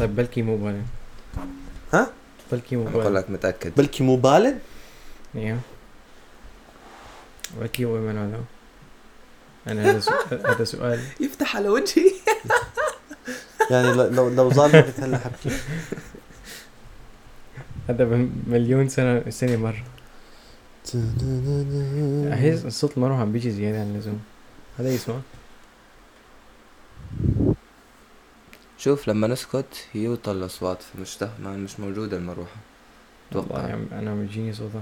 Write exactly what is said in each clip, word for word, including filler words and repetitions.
طيب بلكي مو بالن. ها بلكي مو بقول بالن. لك متاكد بلكي مو بالن. ايوه بلكي هو من هذا. انا هذا سؤال هذا سؤال يفتح على وجهي. يعني لو لو ظلمت هلا حبكي. هذا مليون سنه سنه مره. احس الصوت المروحه عم بيجي زياده عن اللزوم. هذا يسمع. شوف لما نسكت يوطل الاصوات مش ده ما مش موجوده المروحه والله اتوقع. يعني انا بيجيني صوتها.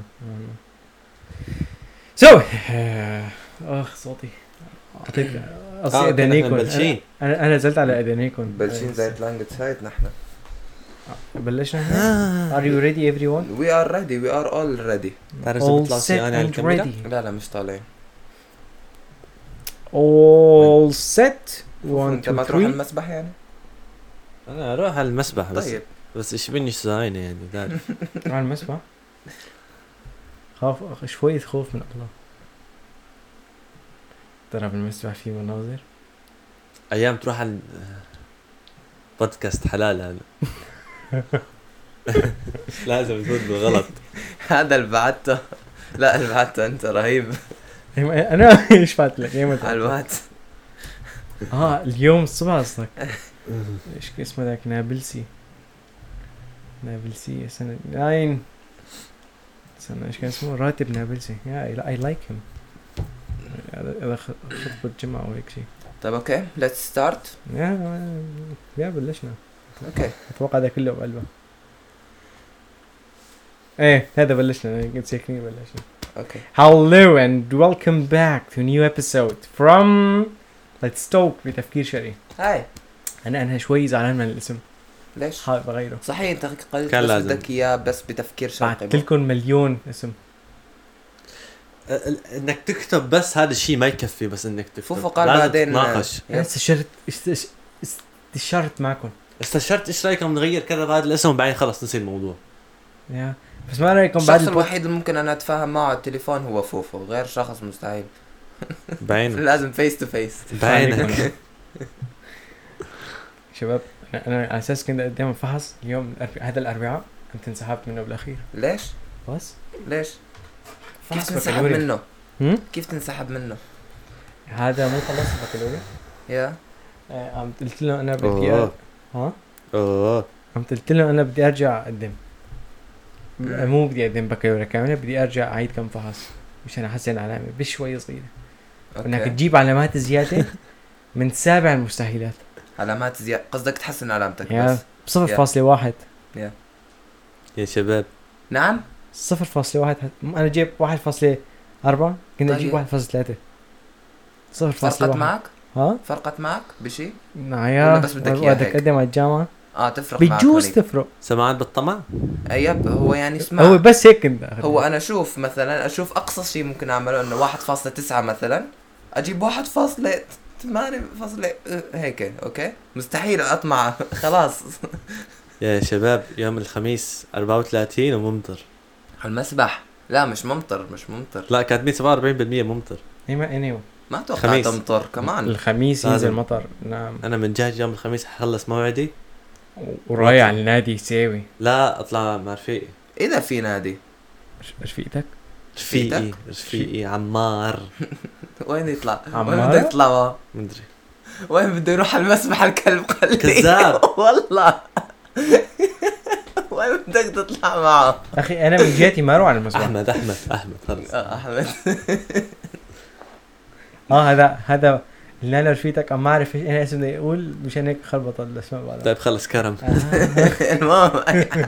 سو اخ صوتي اعطيت اصي ادانيكم. بلشين انا انا نزلت على ادانيكم. بلشين زي لانجت سايت نحن. بلشنا احنا. Are you ready everyone? We are ready. We are all ready. تعرف All بطلع set صيانة على and الكاميرا. ready. لا لا مش طالعين. All set. one انت ما two تروح three. المسبح يعني؟ انا اروح على المسبح بس طيب بس ايش بني زاينه يعني داري. على المسبح. خاف شوية خوف من الله. ترى بالمسبح في مناظر. ايام تروح على بودكاست حلال هذا. لازم تقول بالغلط. هذا اللي بعته. لا اللي بعته انت رهيب. انا ايش فات لك يوم على الوقت. اه اليوم الصبح قصدك. ايش اسمه ذاك نابلسي. نابلسي سنة ناين سنة ايش كان اسمه راتب نابلسي. يا اي لايك هيم. هذا خطبة الجمعة او هيك شيء. طيب اوكي ليتس ستارت. يا يا بلشنا. اوكي اتوقع هذا كله بقلبه. ايه هذا بلشنا قلت ساكنين بلشنا. اوكي. Hello and welcome back to a new episode from Let's Talk بتفكير شرعي. هاي انا انا شوي زعلان من الاسم. ليش؟ حابب اغيره. صحيح انت قلت كان بس لازم. بدك اياه بس بتفكير شرقي. بعت لكم مليون اسم. انك تكتب بس هذا الشيء ما يكفي بس انك تكتب. فوفو قال لازم بعدين تتناقش. انا استشرت است- استشرت معكم. استشرت ايش رايكم نغير كذا هذا الاسم وبعدين خلص نسي الموضوع. يا بس ما رايكم بعد الشخص البود... الوحيد اللي ممكن انا اتفاهم معه على التليفون هو فوفو. غير شخص مستحيل. بعينك لازم فيس تو فيس. بعينك. شباب انا انا على اساس كنت قدام فحص اليوم الأربع... هذا الاربعاء كنت انسحبت منه بالاخير. ليش؟ بس ليش؟ كيف فحص تنسحب بكالوريا. منه؟ هم؟ كيف تنسحب منه؟ هذا مو خلص البكالوريا. يا آه، عم قلت له انا بدي أوه. أ... ها اوه عم قلت له انا بدي ارجع اقدم. مم. مو بدي اقدم بكالوريا كامله بدي ارجع اعيد كم فحص مشان احسن علامه بشوي صغيره. انك اوكي. تجيب علامات زياده من سابع المستحيلات. علامات زيادة قصدك تحسن علامتك يا بس. بصفر فاصلة واحد. يا شباب نعم. صفر فاصلة واحد انا جيب واحد فاصلة أربعة كنا طيب. نجيب واحد فاصلة ثلاثة. صفر فاصلة فرقت واحد. معك؟ ها فرقت معك بشي؟ معايا ولا بس بدك إياها بدك هيك؟ تقدم على الجامعه اه تفرق معك. بيجوز هونيك. تفرق. سمعت بالطمع. ايب هو يعني اسمع. هو بس هيك كنت آخر. هو انا شوف مثلا اشوف اقصى شيء ممكن اعمله انه واحد فاصلة تسعة مثلا اجيب واحد فاصلة ثمانية فاصلة هيك. اوكي مستحيل اطمع. خلاص. يا شباب يوم الخميس أربعة وثلاثين وممطر. المسبح لا مش ممطر مش ممطر. لا كاتبين سبعة وأربعين بالمية ممطر. ايوه ايوه ما اتوقع خميس. تمطر كمان. الخميس لازم. ينزل مطر. نعم انا من جهة يوم الخميس حخلص موعدي ورايح على النادي يساوي. لا اطلع مع رفيقي. اذا في نادي ايش فيتك؟ رفيقي رفيقك؟ رفيقي عمار. وين يطلع؟ وين عمارة؟ بده يطلع معه؟ مدري وين بده يروح على المسبح الكلب قال لي. كذاب. والله. وين بدك تطلع معه؟ اخي انا من جهتي ما اروح على المسبح. احمد احمد احمد خلص. آه، احمد. اه هذا هذا اللي انا رفيتك ما اعرف ايش انا اسمه يقول مشان هيك خربط الاسماء بعضها. طيب خلص كرم. المهم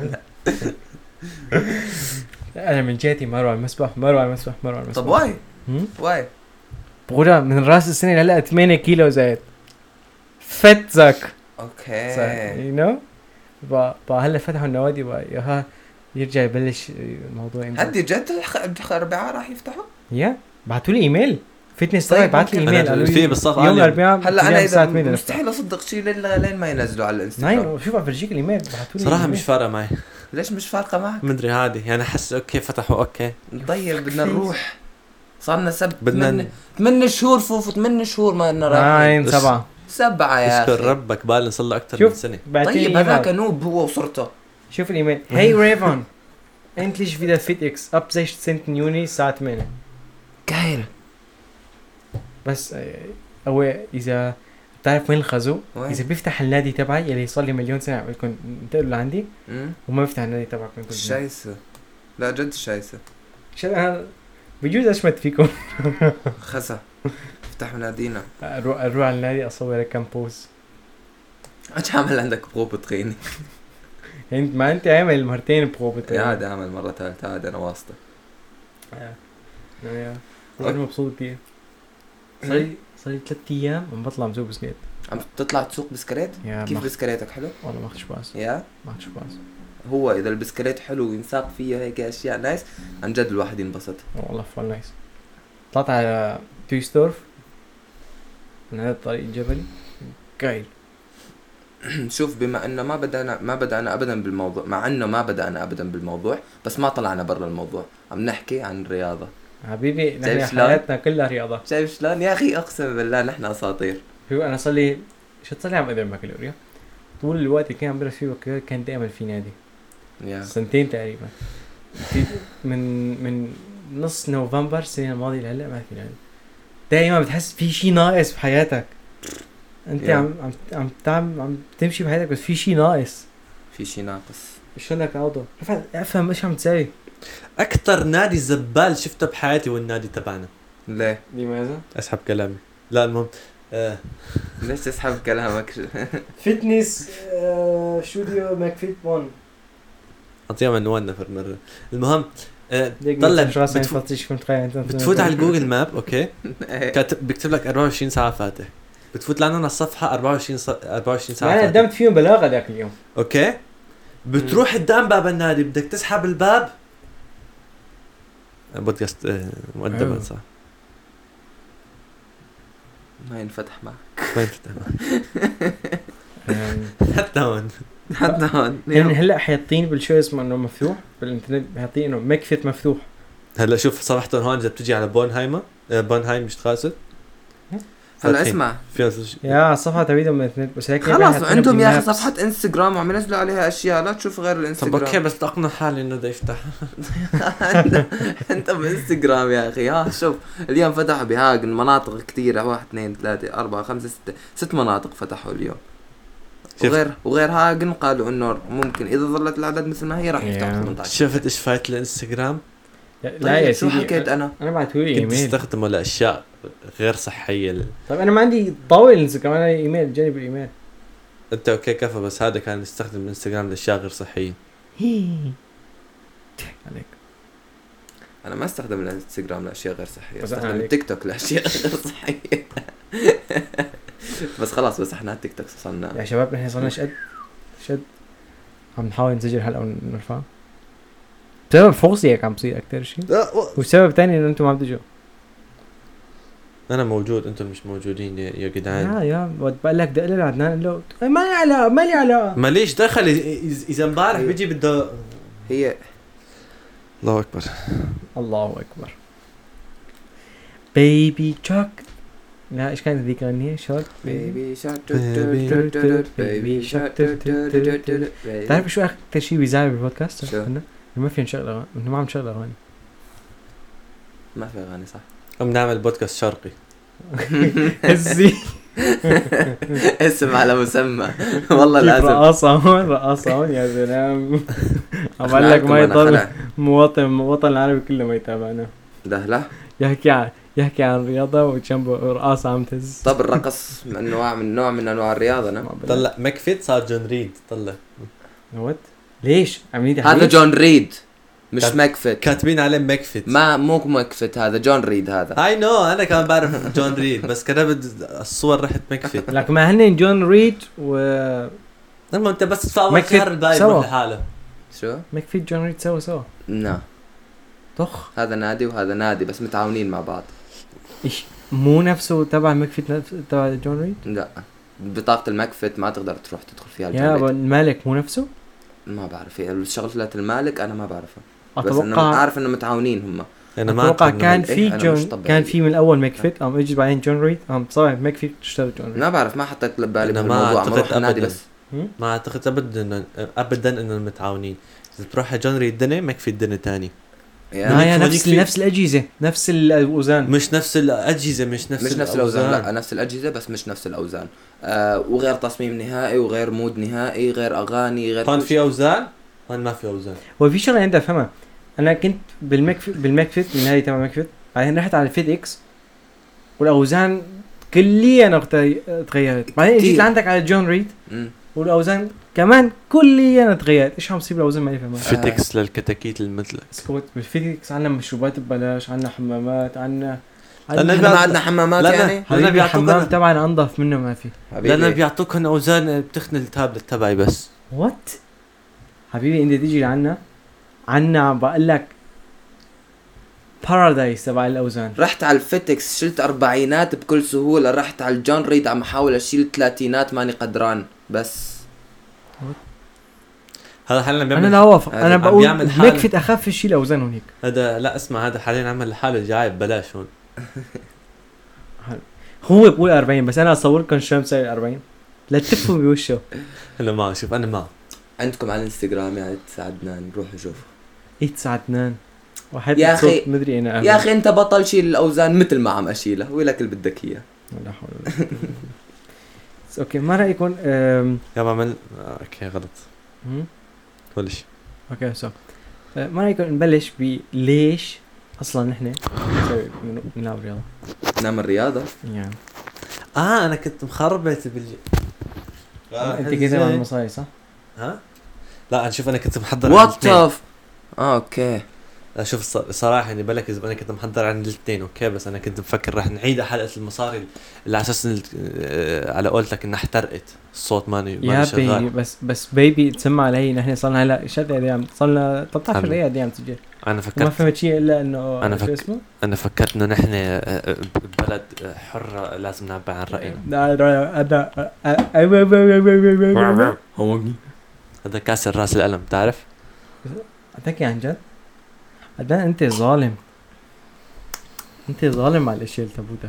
انا من جهتي ما اروح على المسبح ما اروح على المسبح ما اروح على المسبح. طب واي هم؟ واي بقولها من راس السنه هلا ثمانية كيلو زايد فت زك اوكي. يو نو با هلا فتحوا النوادي وياها يرجع يبلش الموضوع امتى. هدي جد الاربعاء راح يفتحوا. يا بعثوا لي ايميل فتنس طيب، طيب بعث لي ممكن. ايميل أنا قالوا في لي بالصف يوم عالي. الاربعاء هلا انا الساعة اذا ثمانية مستحيل اصدق شيء لين لين ما ينزلوا على الانستغرام. ناين شوف افرجيك الايميل بعثوا لي صراحة إيميل. مش فارقة معي. ليش مش فارقه معك؟ مدري عادي يعني احس اوكي فتحوا اوكي. طيب بدنا نروح. صار لنا سبت بدنا ثمان ثمان شهور فوفو ثمان شهور ما لنا رايحين. ناين بس- سبعة سبعة يا اشكر اخي. ربك بالنا صار له اكثر شوف. من سنه. بعتين طيب هذاك إيميل. نوب هو وصرته. شوف الايميل. هاي ريفون endlich wieder fit X ab sechzehnten Juni الساعة ثمانية. كاير بس آه، هو اذا بتعرف وين الخازوق، وين؟ اذا بيفتح النادي تبعي اللي صار لي مليون سنة عم لكم انتقلوا لعندي امم وما بيفتح النادي تبعك من كل شايسة. لا جد شايسة. شو انا بجوز اشمت فيكم. خسا افتح منادينا. اروح اروح على النادي اصور كم بوز. ايش عامل عندك بروب تخيني؟ انت ما انت عامل مرتين بروبة. يا عاد اعمل مرة ثالثة هذا انا واسطة. يا انا مبسوط كثير. صار لي صار لي ثلاث ايام عم بطلع مسوق بسكيت. عم تطلع تسوق بسكليت؟ يا كيف مخ... بسكليتك حلو؟ والله ما اخذش باس يا ما اخذش باس هو اذا البسكليت حلو وينساق فيه هيك اشياء نايس عن جد الواحد ينبسط. والله فول نايس. طلعت على تويستورف من هذا الطريق الجبلي قايل. شوف بما انه ما بدأنا ما بدأنا ابدا بالموضوع، مع انه ما بدأنا ابدا بالموضوع بس ما طلعنا برا الموضوع، عم نحكي عن الرياضة. حبيبي نحن شايف شلون؟ حياتنا كلها رياضة. شايف شلون يا اخي؟ اقسم بالله نحن اساطير. شو انا صار لي شو صار لي عم اقدر بكالوريا طول الوقت اللي كان عم بدرس فيه بكالوريا كان دائما في نادي. يا سنتين تقريبا في- من من نص نوفمبر السنة الماضية لهلا ما في نادي. دائما بتحس في شيء ناقص بحياتك. انت Yeah. عم عم عم تعمل عم تمشي بحياتك بس في شيء ناقص. في شي ناقص. شو بدك تعوضه؟ افهم افهم ايش عم تسوي. اكثر نادي زبال شفته بحياتي هو النادي تبعنا. ليه؟ لماذا؟ اسحب كلامي. لا المهم آه. ليش تسحب كلامك؟ فتنس استوديو ماكفيت وان. اعطيها عنواننا فر مره. المهم آه. طلع طلع بتفوت بتفوت, بتفوت بتفوت على جوجل ماب اوكي كاتب بيكتب لك أربعة وعشرين ساعه فاتح. بتفوت لعنا على الصفحه أربعة وعشرين ص... أربعة وعشرين ساعه انا فاتح. قدمت فيهم بلاغه ذاك اليوم. اوكي بتروح قدام باب النادي بدك تسحب الباب. بودكاست آه. مؤدبا أيوه. صح. ما ينفتح معك وين فتح يعني حتى هون. حتى هون. يعني هلا حاطين بالشو اسمه انه مفتوح بالانترنت حاطين انه ماكفيت مفتوح. هلا شوف صراحه هون اذا بتجي على بونهايما آه. بونهايم مش خاسر. هلا اسمع فيها يا الصفحه تبعيهم بالانترنت بس هيك خلاص عندهم يا اخي صفحة انستغرام وعم ينزلوا عليها اشياء لا تشوف غير طب الانستغرام. اوكي بس اقنع حالي انه بده يفتح. انت انت بانستغرام يا اخي. ها شوف اليوم فتحوا بهاج مناطق كثيرة، واحد اثنين ثلاثة أربعة خمسة ستة ست مناطق فتحوا اليوم. شفت. وغير وغير هاجن قالوا انه ممكن اذا ظلت الاعداد مثل ما هي راح يفتحوا Yeah. ثمانية عشر. شفت ايش فايت الانستغرام؟ لا يا طيب شو سيدي حكيت انا؟ انا بعثوا لي كنت ايميل. تستخدمه لاشياء غير صحيه. طيب انا ما عندي طاوله انستغرام انا ايميل جاني بالايميل. انت اوكي كفى بس هذا كان يستخدم الانستغرام لاشياء غير صحيه. عليك انا ما استخدم الانستغرام لاشياء غير صحيه، بس استخدم عليك. التيك توك لاشياء غير صحيه. بس خلاص بس احنا التيك توك وصلنا. يا شباب احنا صرنا شد شد عم نحاول نسجل حلقه ونرفعها بسبب فوقسي هيك عم بصير اكثر شيء. والسبب تاني انه انتم ما بدكم. انا موجود انتم مش موجودين يا يا جدعان. يا يا ود بقول لك دق له عدنان له ما لي علاقه ما لي علاقه. ماليش دخل إذ- اذا امبارح بيجي بده. هي الله اكبر. الله اكبر. بيبي تشاك. لا ايش كانت ذيك الاغنيه شارك بيبي شارك Baby بيبي شارك. تعرف شو اكثر شيء بيزعل بالبودكاست؟ شو؟ انه ما في نشغل اغاني انه ما عم نشغل اغاني. ما في اغاني صح. عم نعمل بودكاست شرقي. هزي اسم على مسمى. والله كيف لازم. رقاصة هون رقاصة هون يا زلمة. عمل لك ما يضل مواطن مواطن العربي كله ما يتابعنا. دهلا. يحكي عن يحكي عن رياضة وجنبه رقاصة عم تهز. طب الرقص من نوع من نوع من انواع الرياضه انا. طلع مكفيت صار جون ريد طلع. وات ليش عملية هذا جون ريد مش كات- ماكفيت. كاتبين عليه مكفيت. ما مو ماكفيت هذا جون ريد هذا. اي نو انا كمان بعرف جون ريد بس كتبت الصور رحت مكفيت. لكن ما هن جون ريد و لما انت بس تدفع اول مكفيت شهر الباقي سوا. يروح لحاله. شو؟ مكفيت جون ريد سوا سوا لا طخ. هذا نادي وهذا نادي بس متعاونين مع بعض. ايش مو نفسه تبع مكفيت نفس- تبع جون ريد؟ لا بطاقة الماكفيت ما تقدر تروح تدخل فيها يا الجون ريد. المالك مو نفسه؟ ما بعرف هي الشغلة المالك انا ما بعرفها. بس انه اتوقع عارف انه متعاونين هم. انا ما اتوقع أعتقد إنه- كان إيه، في أنا مش جون طبيعي. كان في من الاول ماكفيت قام اجى بعدين جون ريد قام صار ماكفيت اشترى جون ريد. ما بعرف ما حطيت بالي أنا ما بالموضوع، ما أعتقد روح النادي أبداً. بس. ما اعتقد ابدا انه ابدا انهم متعاونين. اذا تروح جون ريد دني ماكفي الدنيا تاني، يعني هاي هونيك نفس في- نفس الاجهزه نفس الاوزان. مش نفس الاجهزه، مش نفس مش نفس الاوزان، لا نفس الاجهزه بس مش نفس الاوزان. آه وغير تصميم نهائي وغير مود نهائي، غير اغاني، غير هون كل في اوزان، هون ما في اوزان. هو في شغله عندي افهمها. انا كنت بالماكفيت بالماكفيت النهائي تبع ماكفيت، بعدين رحت على الفيد اكس والاوزان كليا تغيرت. بعدين كتير. جيت لعندك على جون ريد مم. والاوزان كمان كليا تغيرت. ايش عم يصير بالاوزان ما فهمها. فيتكس للكتاكيت المثلك. سكوت بالفيد اكس عندنا مشروبات ببلاش، عندنا حمامات، عندنا أنا احنا بيعطوا- ما عندنا حمامات لا، لا. يعني لأن حبيبي بيعطوك الحمام أنا- تبعنا انظف منه ما في. حبيبي. لأنه بيعطوكن اوزان بتخنق التابلت تبعي بس. وات حبيبي انت تيجي لعنا عنا عم بقول لك بارادايس تبع الاوزان. رحت على الفيتكس شلت أربعينات بكل سهولة، رحت على الجون ريد عم احاول اشيل ثلاثينات ماني قدران بس. هذا حاليا انا بيعمل لا اوافق، هذا انا عم بقول بيعمل حالة. مكفت اخف شيء الاوزان هونيك. هذا لا اسمع، هذا حاليا عمل لحاله جاي ببلاش هون. هو بقول أربعين بس انا اصور لكم شو مسوي أربعين لا تفهم بوشه. انا معه، شوف انا معه. عندكم على الانستغرام يعني تساعدنا نروح نشوف. ايه تسعة اثنان واحد يا صوت أخي- مدري انا يا اخي انت بطل شيل الاوزان مثل ما عم اشيلها، ويلك اللي بدك اياه. لا حول ولا قوة. بس اوكي ما رايكم أم... يا ما عمل آه، اوكي غلط هم؟ ولا شيء. اوكي سو أه، ما رايكم نبلش بليش اصلا نحن نسوي نلعب رياضه نعمل رياضة. يعني اه انا كنت مخربط بال انت كده مع المصاري صح؟ ها؟ لا انا شوف انا كنت محضر عن وات الاثنين. اه اوكي. لا شوف الص- صراحه يعني بالك اذا انا كنت محضر عن الاثنين اوكي، بس انا كنت مفكر رح نعيد حلقه المصاري اللي على اساس إن- آه، على قولتك انها احترقت الصوت ماني يا ماني بيبي شغال. بس بس بيبي تسمع علي نحن صرنا هلا شد ايام صرنا ثلاثة عشر حبيبي. دقيقه قاعدين عم تسجل انا وما فكرت فهمت شيء الا انه أنا شو فك- اسمه؟ انا فكرت انه نحن آه، آه، ببلد آه، حر لازم نعبر عن راينا. انا هذا كاسر راس القلم تعرف. تحكي عن جد؟ عدنان انت ظالم، انت ظالم على الاشياء اللي تبوتك.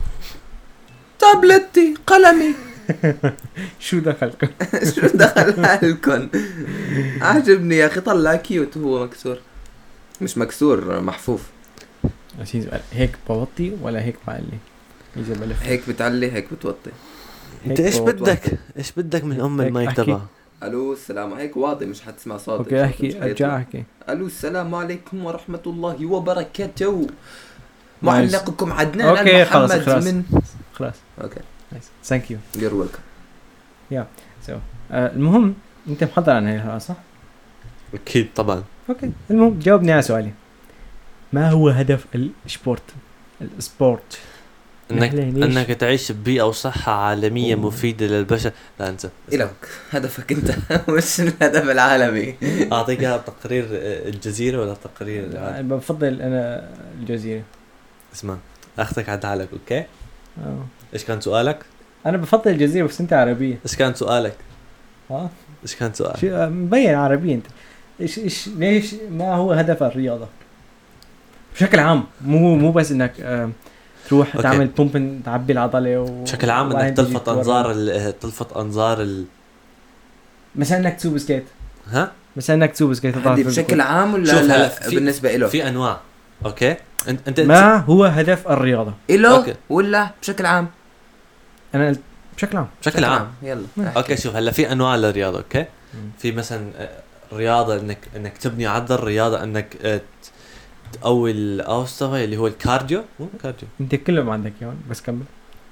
تابلتي قلمي شو دخلكم؟ شو دخل حالكم؟ عجبني يا اخي، طلع كيوت هو مكسور. مش مكسور، محفوف. عشان سؤال هيك بوطي ولا هيك بعلي؟ اذا بلف هيك بتعلي هيك بتوطي. انت هيك ايش بوطي. بدك ايش بدك من ام هيك المايك أحكي. تبعه؟ الو السلام، هيك واضح مش حتسمع صوتك. اوكي احكي ارجع احكي. الو السلام عليكم ورحمة الله وبركاته. معلقكم عدنان أوكي، خلاص، محمد خلاص. من خلاص اوكي نايس ثانك يو. يور ويلكم. سو المهم انت محضر عن هاي الحلقه صح؟ اكيد طبعا. اوكي المهم جاوبني على سؤالي. ما هو هدف السبورت؟ السبورت انك نحن ليش؟ انك تعيش ببيئه وصحه عالميه أوه. مفيده للبشر. لا انسى إلك هدفك انت مش الهدف العالمي. اعطيك إياها تقرير آه، الجزيره ولا تقرير أنا بفضل انا الجزيره. اسمع اخذك على حالك اوكي. اه ايش كان سؤالك؟ انا بفضل الجزيره بس انت عربيه. ايش كان سؤالك؟ اه ايش كان سؤالك؟ شو مبين عربي انت. ايش ايش ليش ما هو هدف الرياضه بشكل عام؟ مو مو بس انك آه تروح أوكي. تعمل بومب تعبي العضله و... بشكل عام وبعدين انك تيجي تلفت تورم. انظار ال- تلفت انظار ال... مثلا انك تسوق سكيت، ها مثلا انك تسوق سكيت تطلع هذه في بشكل الكل. عام ولا شوف لا هلا لا في- بالنسبة له؟ في انواع اوكي. انت انت ما هو هدف الرياضه؟ إله أوكي. ولا بشكل عام؟ انا قلت بشكل عام. بشكل عام يلا اوكي. شوف هلا في انواع للرياضه اوكي. مم. في مثلا آه، رياضه انك انك تبني عضل، رياضه انك آه، ت- تقوي الاوستوى اللي هو الكارديو. مو كارديو انت كلهم عندك اياهم بس كمل.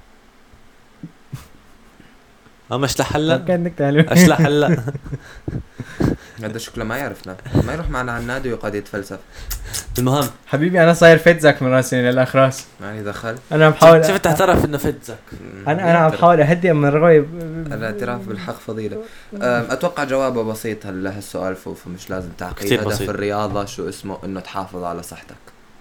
اما اشلح هلا كان نكته حلوه. اشلح هلا. هذا شكله ما يعرفنا، ما يروح معنا على النادي ويقعد يتفلسف. المهم حبيبي انا صاير فتزك من راسي للاخراس. يعني دخل. انا عم بحاول شفت اعترف انه فتزك. انا انا عم بحاول اهدي من رغبه. الاعتراف بالحق فضيلة. أم، اتوقع جوابه بسيط هلا هالسؤال، فوفو مش لازم تعقيد. كتير هدف بسيط. الرياضة شو اسمه؟ انه تحافظ على صحتك.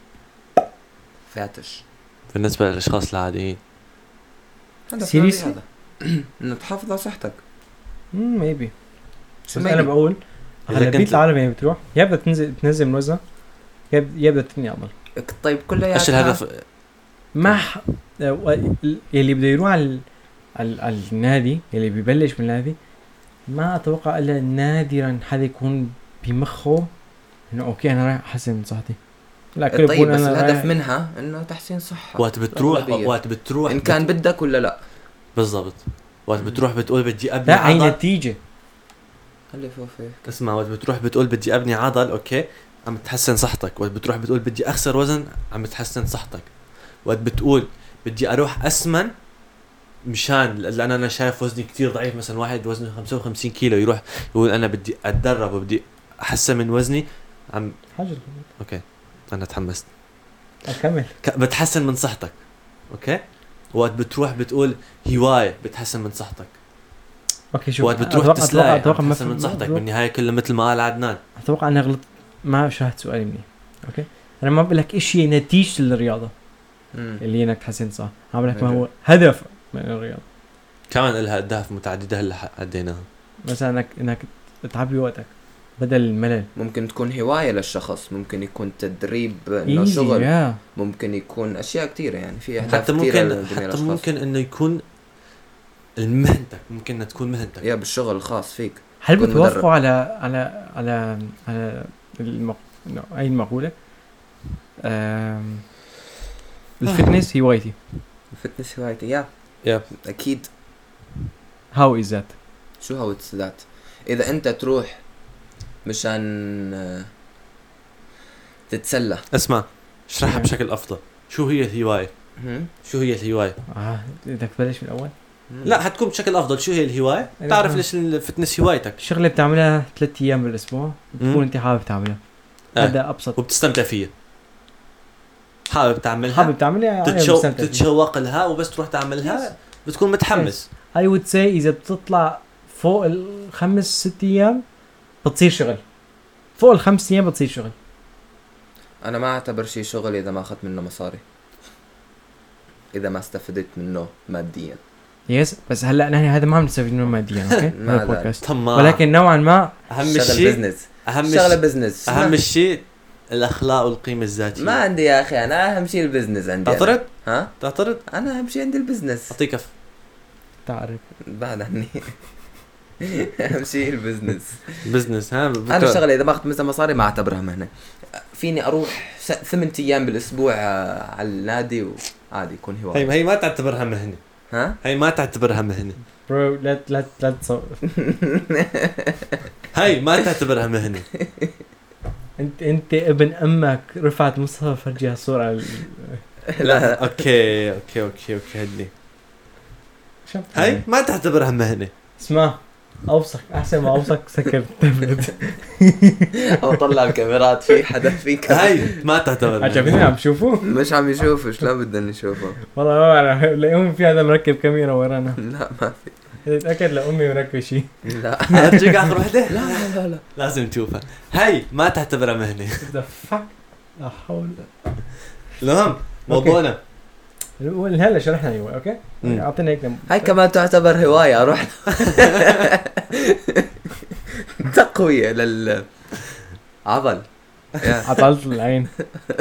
فاتش. بالنسبه للاشخاص العاديين هدف Seriously؟ الرياضة. انه تحافظ على صحتك. امم ميبي. شو بس انا maybe؟ بقول إذا على كنت- بيت العالم يعني بتروح يا بدها تنزل تنزل من وزنها يا بد- يا بدها تبني عضل. طيب كلها ايش الهدف؟ ما ح... اللي بده يروح على ال... ال... النادي اللي بيبلش من النادي، ما اتوقع الا نادرا حدا يكون بمخه انه اوكي انا رايح احسن من صحتي. لا كل طيب بس أنا الهدف رايح... منها انه تحسين صحة. وقت بتروح الأغلبية. وقت بتروح ان كان بت... بدك ولا لا. بالضبط. وقت بتروح بتقول بدي ابني لا هي عضل. نتيجة. خلي فوفي اسمع، وقت بتروح بتقول بدي ابني عضل اوكي عم تحسن صحتك. وقت بتروح بتقول بدي اخسر وزن عم تحسن صحتك. وقت بتقول بدي اروح اسمن مشان لان انا شايف وزني كتير ضعيف، مثلا واحد وزنه خمسة وخمسين كيلو يروح يقول انا بدي اتدرب وبدي احسن من وزني عم حاجة اوكي انا تحمست اكمل. ك... بتحسن من صحتك اوكي. وقت بتروح بتقول هواية بتحسن من صحتك. اوكي شوف وقت بتروح أتوقع- تسلاي اتوقع عم ما تحسن من في- صحتك. أتوقع- بالنهاية كله مثل ما قال عدنان. اتوقع اني غلط، ما شرحت سؤالي مني. اوكي انا ما بقول لك ايش هي نتيجة الرياضة مم. اللي هي انك تحسن صح، عم بقول لك ما هو هدف من الرياضة. كمان لها أهداف متعددة هلا عديناها. مثلا انك انك تعبي وقتك بدل الملل. ممكن تكون هواية للشخص، ممكن يكون تدريب انه ايزي شغل، يا ممكن يكون اشياء كثيرة يعني في اهداف حتى كثيرة ممكن لجميع حتى الأشخاص. ممكن انه يكون المهنتك، ممكن انها تكون مهنتك. يا بالشغل الخاص فيك. هل تكون بتوافقوا مدرب. على على على على المق... no, اي المقولة؟ أم... الفتنس هوايتي. الفتنس هوايتي يا يا اكيد. how is that؟ شو هو ذات؟ اذا انت تروح مشان آه، تتسلى. اسمع اشرحها نعم. بشكل افضل. شو هي الهواية؟ مم. شو هي الهواية؟ اه بدك تبلش من الاول. مم. لا حتكون بشكل افضل. شو هي الهواية؟ أيوة. تعرف ليش الفتنس هوايتك الشغلة بتعملها ثلاث ايام بالاسبوع مم. بتكون انت حابب تعملها. آه. هذا ابسط. وبتستمتع فيها، حابب تعملها، حابب تعملها تتشو... بستمتع فيها. تتشوق لها وبس تروح تعملها بتكون متحمس. I would say إذا بتطلع فوق الخمس ست أيام بتصير شغل. فوق الخمس أيام بتصير شغل. انا ما اعتبر شيء شغل اذا ما اخذت منه مصاري، اذا ما استفدت منه ماديا. يس بس هلا نحن هذا ما عم نستفيد منه ماديا اوكي ما هذا لا. بودكاست، طماع. ولكن نوعا ما اهم شغل شيء بزنس، اهم شغله شيء بزنس. اهم شيء الاخلاق والقيمه الذاتيه. ما عندي يا اخي، انا اهم شيء البزنس عندي. أنا. تعترض ها تعترض انا اهم شيء عندي البزنس. اعطيك كف. تعرف بعد عني. اهم شيء البزنس. بزنس ها انا الشغله اذا ما اخذت مثلا مصاري ما اعتبرها مهنه. فيني اروح س- ثمانية ايام بالاسبوع آه، على النادي وعادي يكون هي هوايه. هي ما تعتبرها مهنه. ها هي ما تعتبرها مهنه. برو لا لا لا تصور. هي ما تعتبرها مهنه. انت انت ابن امك رفعت مصحف فرجيها صورة على لا اوكي اوكي اوكي اوكي هدي. شو هي ما تعتبرها مهنه. اسمع اوثق احسن ما اوثق سكر التابلت. او طلع الكاميرات في حدا فيك. هي ما تعتبر عجبني مهنة. عم تشوفوا؟ مش عم يشوفوا، شلون بدنا نشوفه؟ والله ما بعرف لاقيهم في هذا مركب كاميرا ورانا. لا ما في. اتاكد لامي مركب شيء. لا ارجيك اخر وحده. لا لا لا, لا. لازم تشوفها. هي ما تعتبرها مهنه. ذا فك لا حول. المهم موضوعنا هلا شرحنا ايوه اوكي مم. اعطينا هيك هاي كمان تعتبر هوايه. اروح تقويه لل عضل. يا. عطلت العين.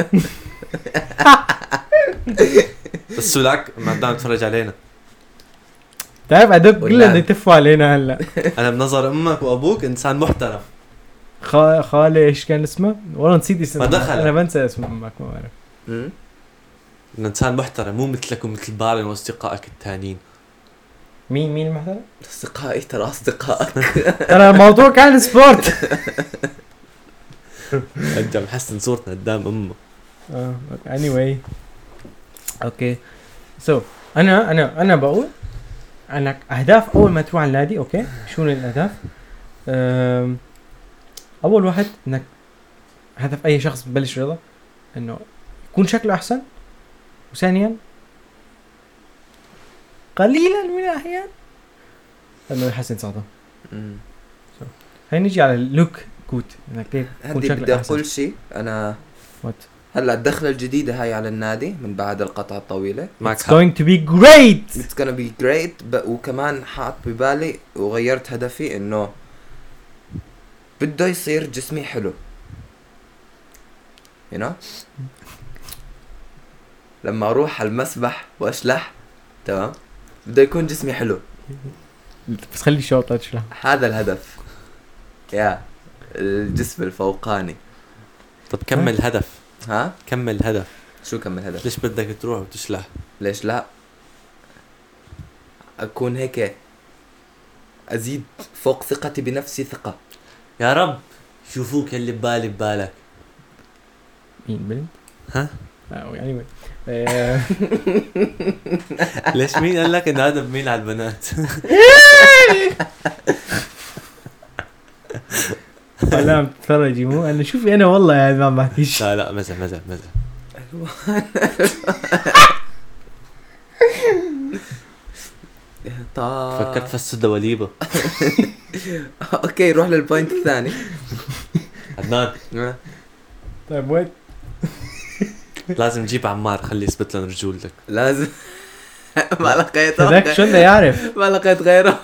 بس ولك ما دام تتفرج علينا. تعرف عدوك ولا- كلهم يتفوا علينا هلا. انا بنظر امك وابوك انسان محترم. خا خالي ايش كان اسمه؟ والله نسيت اسمه. ما دخل. انا بنسى اسم امك ما بعرف. مم. انسان محترم مو مثلك ومثل بارن واصدقائك التانيين. مين مين المحترم؟ اصدقائي ترى اصدقائك. ترى الموضوع كان سبورت. انت محسن صورتنا قدام امه. اه anyway اوكي سو انا انا انا بقول انك اهداف اول ما تروح على النادي. اوكي شو الاهداف؟ أم، اول واحد انك هدف اي شخص ببلش رياضه انه يكون شكله احسن، وثانيا قليلا من الاحيان انه يحسن صحته. مم. هاي نيجي على اللوك كوت انك كيف يكون هدي بدي شكلك احسن. اقول شيء. انا What? هلا الدخله الجديده هاي على النادي من بعد القطعه الطويله. معك It's حق. going to be great. It's gonna be great. ب... وكمان حاط ببالي وغيرت هدفي انه بده يصير جسمي حلو. you know لما اروح على المسبح واشلح تمام بده يكون جسمي حلو. بس خلي الشوط تشلح. هذا الهدف يا الجسم الفوقاني. طب كمل هدف. ها كمل هدف. شو كمل هدف؟ ليش بدك تروح وتشلح؟ ليش لا اكون هيك ازيد فوق ثقتي بنفسي ثقة. يا رب شوفوك اللي ببالي ببالك. مين بنت؟ ها؟ اه يعني آه، ليش مين قال لك ان هذا بميل على البنات؟ لا عم تتفرجي مو انا شوفي انا والله يعني ما عم بحكيش. لا لا مزح مزح مزح. طيب فكرت فسد وليبه. اوكي روح للبوينت الثاني. عدنان طيب وين لازم نجيب عمار خليه يثبت لنا رجولتك. لازم ما لقيته. هذاك شو بده يعرف؟ ما لقيت غيره.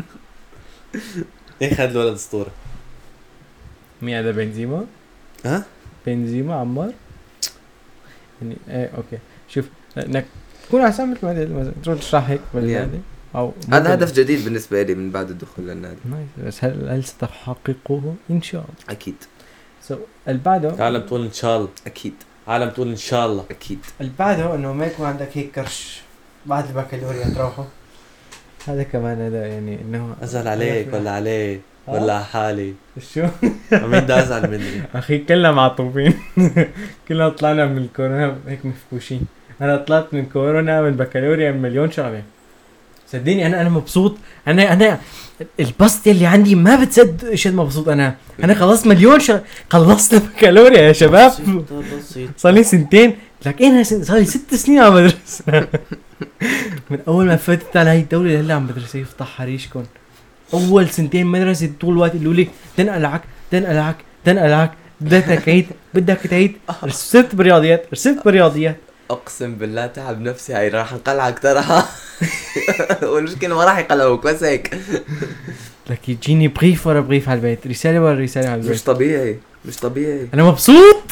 ايه خد الولد اسطوره. مين هذا بنزيما؟ ها؟ بنزيما عمار؟ يعني ايه اوكي شوف انك تكون احسن مثل ما مثلا تروح تشرح هيك بالنادي او هذا هدف جديد بالنسبة لي من بعد الدخول للنادي. نايس بس هل هل ستحققه ان شاء الله؟ اكيد سو اللي بعده عالم تقول ان شاء الله. اكيد عالم تقول ان شاء الله. اكيد. اللي بعده انه ما يكون عندك هيك كرش بعد البكالوريا تروحه. هذا كمان هذا يعني انه ازعل عليك ولا عليه ولا على حالي. شو مين ده ازعل مني؟ اخي كلنا معطوبين. كلنا طلعنا من الكورونا هيك مفكوشين. انا طلعت من كورونا من بكالوريا من مليون شغله. صدقني انا انا مبسوط. انا انا البسط اللي عندي ما بتصدق ايش مبسوط انا. انا خلصت مليون شغله. خلصت البكالوريا يا شباب. صار لي سنتين لكن صار لي ست سنين عم بدرس. من اول ما فتت على هاي الدوله لهلا عم بدرس. يفتح حريشكم اول سنتين مدرسه طول الوقت يقولوا لي تنقلعك تنقلعك تنقلعك بدك تعيد بدك تعيد. رسبت برياضيات رسبت برياضيات. اقسم بالله تعب نفسي هاي راح نقلعك ترى. والمشكله ما راح يقلعوك بس هيك. لك يجيني بريف ورا بريف على البيت رساله ورا رساله على البيت. مش طبيعي مش طبيعي. انا مبسوط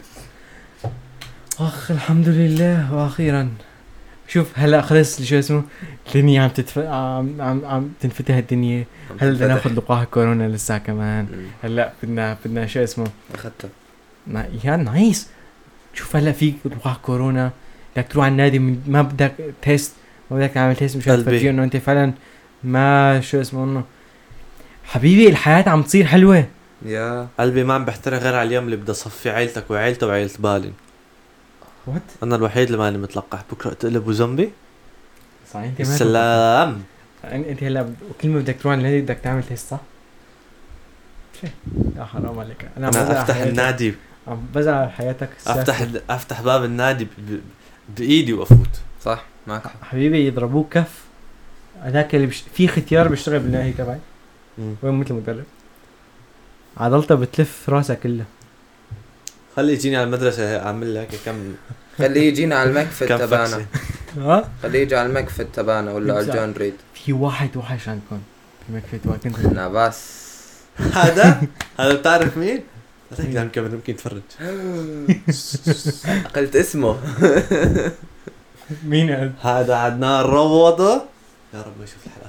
اخ الحمد لله. واخيرا شوف هلا خلص شو اسمه الدنيا عم تتف... عم عم عم تنفتح الدنيا. هلا بدنا ناخذ لقاح كورونا لسه كمان. هلا بدنا بدنا شو اسمه اخذته ما يا نايس. شوف هلا فيك لقاح كورونا بدك تروح على النادي من... ما بدك تيست ما بدك تعمل تيست مشان تفرجيه انه انت فعلا ما شو اسمه انه حبيبي الحياه عم تصير حلوه. يا قلبي ما عم بحترق غير على اليوم اللي بدي اصفي عيلتك وعيلته وعيلة بالي. وات انا الوحيد اللي ماني متلقح. بكره تقلبوا زومبي. صحيح انت ما سلام. انت هلا كل ما بدك تروح على النادي بدك تعمل تيست صح؟ يا حرام عليك. انا, انا افتح النادي عم بزعل حياتك السياسية. افتح افتح باب النادي ب... ب... بايدي وافوت. صح معك حق. حبيبي يضربوك كف. هذاك اللي بش... في ختيار بيشتغل بالنادي تبعي وين مثل مدرب عضلته بتلف راسه كله. خلي يجيني على المدرسه اعمل لك كم. خليه يجينا على المكفت كم تبعنا. فكسة. ها خليه يجي على المكفت تبعنا ولا على جون ريد. في واحد وحش عندكم في مكفيت وكنت انا بس هذا هذا بتعرف مين؟ هذاك عم كمان ممكن يتفرج. قلت اسمه. مين هذا؟ هذا عدنان روضه. يا رب ما يشوف الحلقه.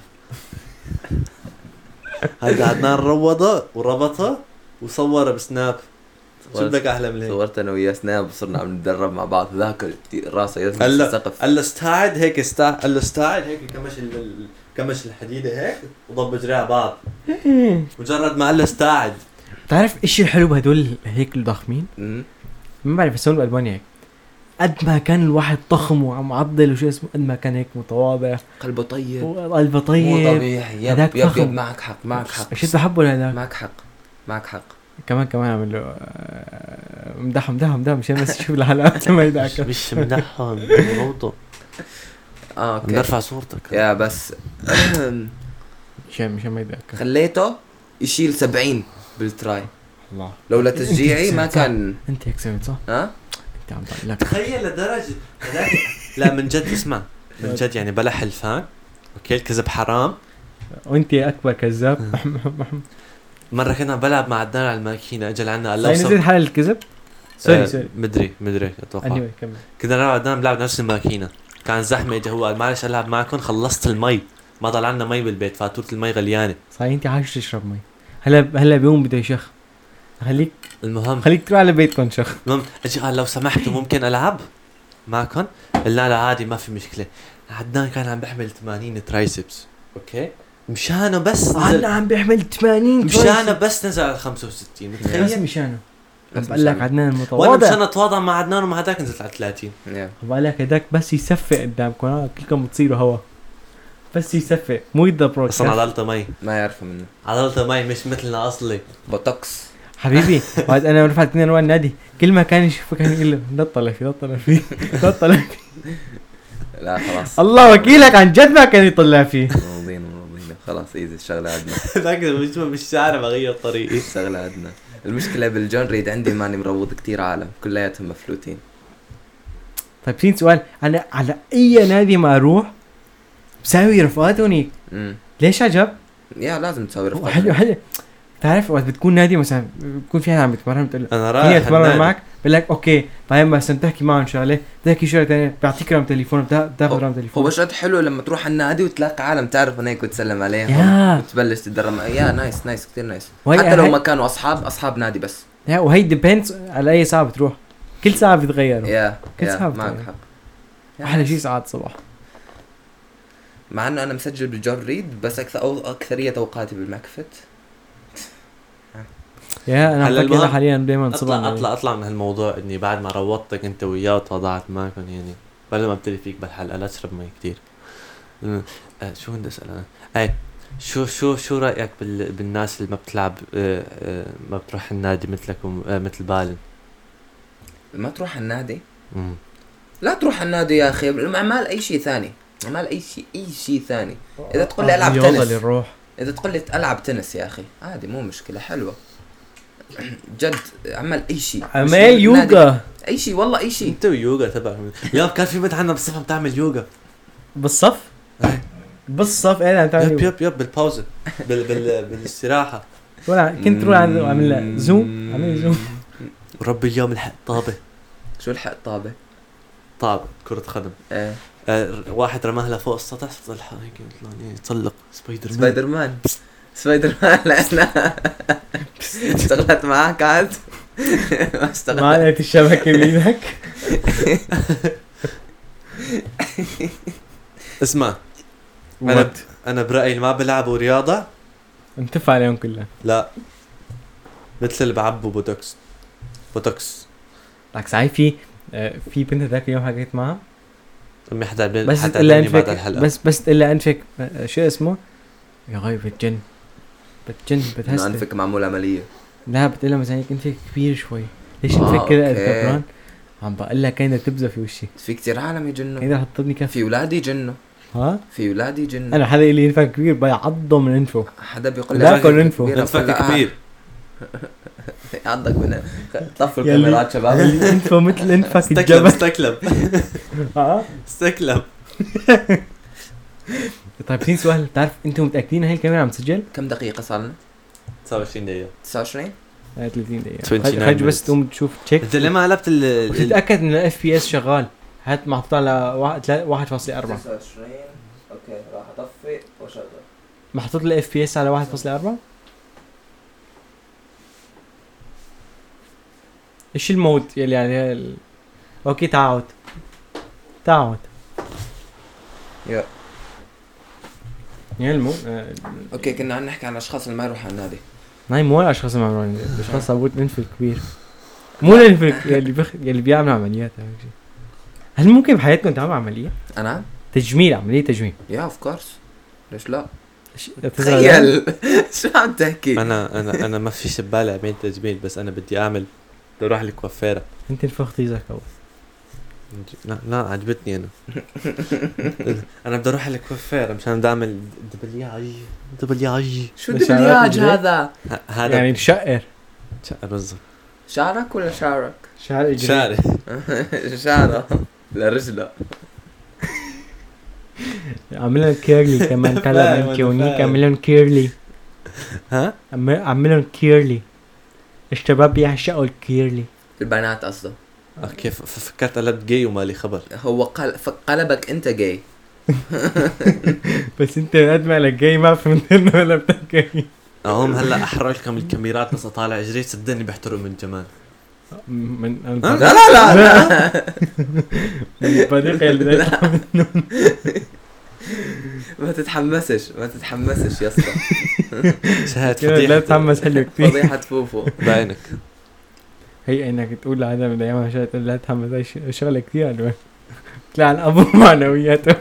هذا عدنان روضه وربطه وصوره بسناب. شو بدك احلى من هيك؟ صورت انا وياه سناب وصرنا عم نتدرب مع بعض. ذاك راسه يلمس هلا السقف. هلا استعد هيك استعد هلا استعد هيك كمش ال... كمش الحديده هيك وضب جريها بعض. مجرد ما قال استعد. بتعرف ايش الحلو بهدول هيك الضخمين؟ ما بعرف بس هون بالبانيا هيك قد ما كان الواحد ضخم ومعضل وشو اسمه قد ما كان هيك متواضع قلبه طيب وقلبه طيب. مو طبيعي. يب هداك يب, فخم. يب معك حق معك حق. ايش بحبه هذاك. معك حق معك حق. كمان كمان عمل له مدح مدح مدح مشان بس يشوف الحلقات ما يدعك. مش مدحهم موضوع. اه اوكي نرفع صورتك يا بس. مشان مشان ما يدعك. خليته يشيل سبعين بالتراي. الله لولا تشجيعي ما كان. انت هيك سويت صح؟ ها انت عم طلع لك تخيل لدرجه هذاك. لا من جد اسمع من جد يعني بلا حلفان. اوكي الكذب حرام. وانت اكبر كذاب. مره كنا بلعب مع عدنان على الماكينه اجى لعنا قال لا له نزيد حل الكذب. سوري آه، سوري مدري مدري اتوقع. anyway كمل. كنا نلعب نلعب بلعب نفس الماكينه، كان زحمه، اجى هو قال معلش العب معكم، خلصت المي، ما ضل عندنا مي بالبيت، فاتوره المي غليانه. صحيح انت عايش تشرب مي هلا هلا بيوم بده يشخ، خليك المهم خليك تروح على بيتكم شخ. المهم اجى قال لو سمحتوا ممكن العب معكم؟ قلنا له عادي ما في مشكله. عدنان كان عم بيحمل ثمانين ترايسبس، اوكي، مشانه بس عنا نزل، عم بيحمل ثمانين مشانه بس نزل على خمسة وستين. بس متخيل؟ مشانه بس بقول لك مشانه. عدنان وانا المتواضع. مشان اتواضع مع عدنان ومع هذاك نزلت على ثلاثين. yeah. بقول لك هداك بس يصفق قدامكم ها كلكم بتصيروا هوا، بس يصفق مو يدبروا. اصلا عضلته مي، ما يعرفوا منه عضلته مي مش مثلنا اصلي. بوتوكس. حبيبي وقت انا رفعت اثنين روان النادي كل ما كان يشوفك كان يقول له لا تطلع فيه لا تطلع فيه لا تطلع فيه. لا خلاص الله وكيلك عن جد ما كان يطلع فيه. راضين راضين خلاص ايزي الشغله عندنا. ذاك مش مش عارف اغير طريقي. الشغله عندنا. المشكله بالجون ريد عندي ماني مروض كتير عالم كلياتهم مفلوتين. طيب سين سؤال، انا على اي نادي ما اروح بساوي رفقات هونيك امم ليش عجب؟ يا لازم تسوي رفقات. حلو حلو. تعرف وقت بتكون نادي مثلا بكون في حدا عم يتمرن بتقول له انا فيني رايح اتمرن النادي. معك بقول لك اوكي بعدين بس تحكي معهم شغله تحكي شغله ثانيه بيعطيك رقم تليفون بتاخذ رقم هو تليفون. بس قد حلو لما تروح على النادي وتلاقي عالم تعرف هيك وتسلم عليهم يا. وتبلش تتدرب. يا نايس نايس كتير نايس. وهي- حتى لو هي- ما كانوا اصحاب اصحاب نادي بس. يا وهي ديبيندز على اي ساعه بتروح، كل ساعه بيتغيروا. يا كل يا ساعة معك بتغير. حق. يا احلى نايس. شيء ساعات الصبح. مع انه انا مسجل بالجون ريد بس اكثر أو اكثريه اوقاتي بالماكفت. يا انا هلا عم بحكي المهم حاليا دائما صبح اطلع اطلع اطلع من هالموضوع اني بعد ما روضتك انت وياه وتوضعت معكم يعني بلا ما ابتدي فيك بالحلقه لا تشرب مي كثير. أه شو بدي اسال انا؟ اي شو شو شو رايك بال بالناس اللي ما بتلعب أه أه ما بتروح النادي مثلكم أه مثل بالن؟ ما تروح النادي؟ امم لا تروح النادي يا اخي. اعمال اي شيء ثاني. اعمال اي شيء اي شيء ثاني. اذا تقول لي العب تنس الروح اذا تقول لي العب تنس يا اخي عادي مو مشكله حلوه. جد اعمل اي شيء. عمال يوغا اي شيء والله اي شيء. انت ويوغا تبعك يا كان في بنت عندنا بالصف عم تعمل يوغا بالصف بالصف ايه عم تعمل يب يب يب بالباوزه بال بال بالاستراحه. ولا كنت روح عند عامل لها زوم عامل زوم. وربي اليوم الحق طابه شو الحق طابه؟ طابه كره قدم. ايه آه واحد رماها لها فوق السطح طلع هيك يعني يطلق سبايدر مان. سبايدر مان سبايدر مان لأنا اشتغلت معك عاد ما اشتغلت. ما لقيت الشبكه بيدك. اسمع انا انا برايي ما بيلعبوا رياضه انتفع عليهم كلها. لا مثل اللي بعبوا بوتوكس بوتوكس. لك صحيح في آه، في بنت ذاك اليوم حكيت معها امي حدا بس حدا تقول لها بعد انفك الحلقه بس بس تقول لها انفك آه، شو اسمه يا غايب بتجن بتجن إنه بتهستر. انفك معمول عمليه. لا بتقول لها مثلا هيك انفك كبير شوي ليش انفك كذا قد أوكي. كبران. عم بقول لها كاينه تبزه في وشي في كتير عالم يجنوا. كاينه حطتني كف في اولادي يجنوا. ها في اولادي يجنوا. انا حدا يقول لي انفك كبير بيعضه من انفه. حدا بيقول لا لي كل انفو. انفك كبير عضك من طفوا يلي- الكاميرات شباب. اللي انفه مثل انفك استكلم الجبل. استكلم اه استكلم. طيب في سؤال، بتعرف انتم متاكدين هاي الكاميرا عم تسجل؟ كم دقيقه صار لنا؟ تسعة وعشرين دقيقه. تسعة وعشرين هاي ثلاثين دقيقة. تسعة وعشرين خرج بس minutes. تقوم تشوف تشيك انت ليه ما قلبت ال ال- وتتاكد ان الاف بي اس شغال. هات محطوط على واحد فاصلة أربعة. تسعة وعشرين اوكي راح اطفي واشغل. محطوط الاف بي اس على واحد فاصلة أربعة. ايش المود يلي يعني ال... اوكي تعود تعود يا يا المو آه، اوكي كنا عم نحكي عن الاشخاص اللي ما يروحوا على النادي. هاي مو الاشخاص اللي عملوا الاشخاص ابوت الانف الكبير مو الانف يلي بخ... يلي بيعمل عمليات. هيك شيء. هل ممكن بحياتكم تعملوا عمليه انا تجميل عمليه تجميل؟ يا اوف كورس ليش لا؟ ش- تخيل شو عم تحكي؟ انا انا انا ما في ببالي عمليه تجميل بس انا بدي اعمل بدي اروح للكوافيره. انت انفخت ايدك اول. لا لا عجبتني انا. انا بدي اروح للكوافيره مشان بدي اعمل دبلياج دبلياج. شو بس الدبلياج شعرك هذا؟ ه- هذا يعني مشقر شعر بالضبط. شعرك ولا شعرك؟ شعر اجري شعري شعره لرجله. عملهم كيرلي كمان فاهم، طلع أنا من كيونيك فاهم. عملهم كيرلي ها عم- عملهم كيرلي. الشباب بيعشقوا الكيرلي. البنات قصده. اوكي ف- ف- فكرت قلبت جاي ومالي خبر. هو قل... قلبك انت جاي. بس انت قد ما لك جاي ما فهمت ولا بتحكي. هم هلا احرق لكم الكاميرات بس اطالع اجري صدقني بيحترقوا من جمال. من ها؟ لا لا لا الطريقة اللي ما تتحمسش ما تتحمسش يا اسطى. شهادة لا فضيحة تتحمس حلو كتير. فضيحة فوفو. بعينك. هي انك تقول لهذا من ايام عشان تقول لا تتحمس هاي ش- شغلة كتير حلوة. طلع عن ابو معنوياته.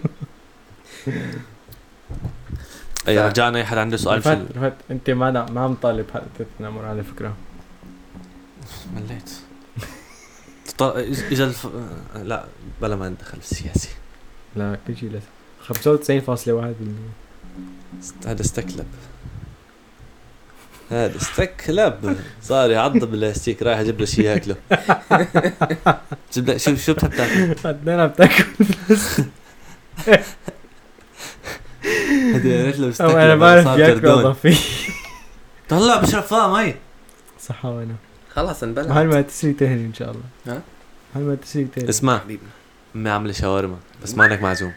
اي رجعنا اي حد عنده سؤال رفعت في رفعت انت ما دا- ما عم طالب حلقتنا مر على فكرة. مليت. ط- اجا الف... لا بلا ما ندخل السياسي. لا كل شيء لسه خمسة وتسعين فاصلة واحد بالمية. است- هذا استكلب. هذا استكلب صار يعض بلاستيك رايح اجيب له شيء ياكله. جيب له شو شو بتحب تاكل؟ قدنا بتاكل. هذا يا ريت لو او استكلب انا بعرف صار ياكلوا جردون. اضافي. طلع بشرب فيها مي. صح وانا خلاص انبلع. محل ما تسري تهري ان شاء الله. ها؟ محل ما تسري تهري. اسمع حبيبي امي عامله شاورما بس ما انك معزوم.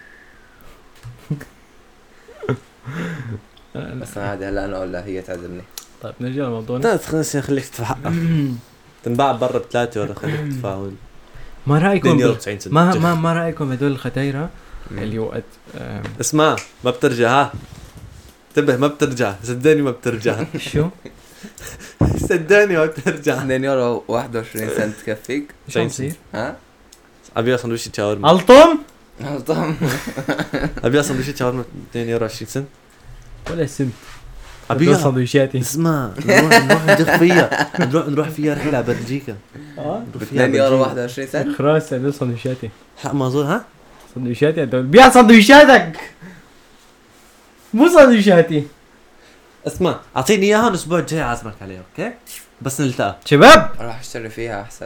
بس عادي هلا انا اقول لها هي تعزمني. طيب نرجع لموضوعنا. لا خلص خليك تدفع حقك. تنباع برا بثلاثة ولا خليك تدفع هون ما اثنين رايكم يورو ب... تسعين سنت. ما ما ما رايكم هدول الختايره اللي وقت آم، اسمع ما بترجع ها انتبه ما بترجع صدقني ما بترجع. شو صدقني ما بترجع. اثنين يورو واحد وعشرين سنت تكفيك؟ شو عم يصير؟ ها؟ ابي سندويشة شاورما. الطم طبعا. ابي سندويشة شاورما اثنين يورو عشرين سنت. ولا سنت ابي هدول سندويشاتي. اسمع نروح نروح ندخ فيها نروح نروح فيها رحلة على بلجيكا. اه نروح فيها اثنين يورو بلجيكا. واحد وعشرين سنت؟ خلاص هدول سندويشاتي. حق مازور ها. سندويشاتي هدول بيع سندويشاتك مو سندويشاتي. اسمع اعطيني اياها الاسبوع الجاي عازمك عليها اوكي بس نلتقى. شباب راح اشتري فيها احسن.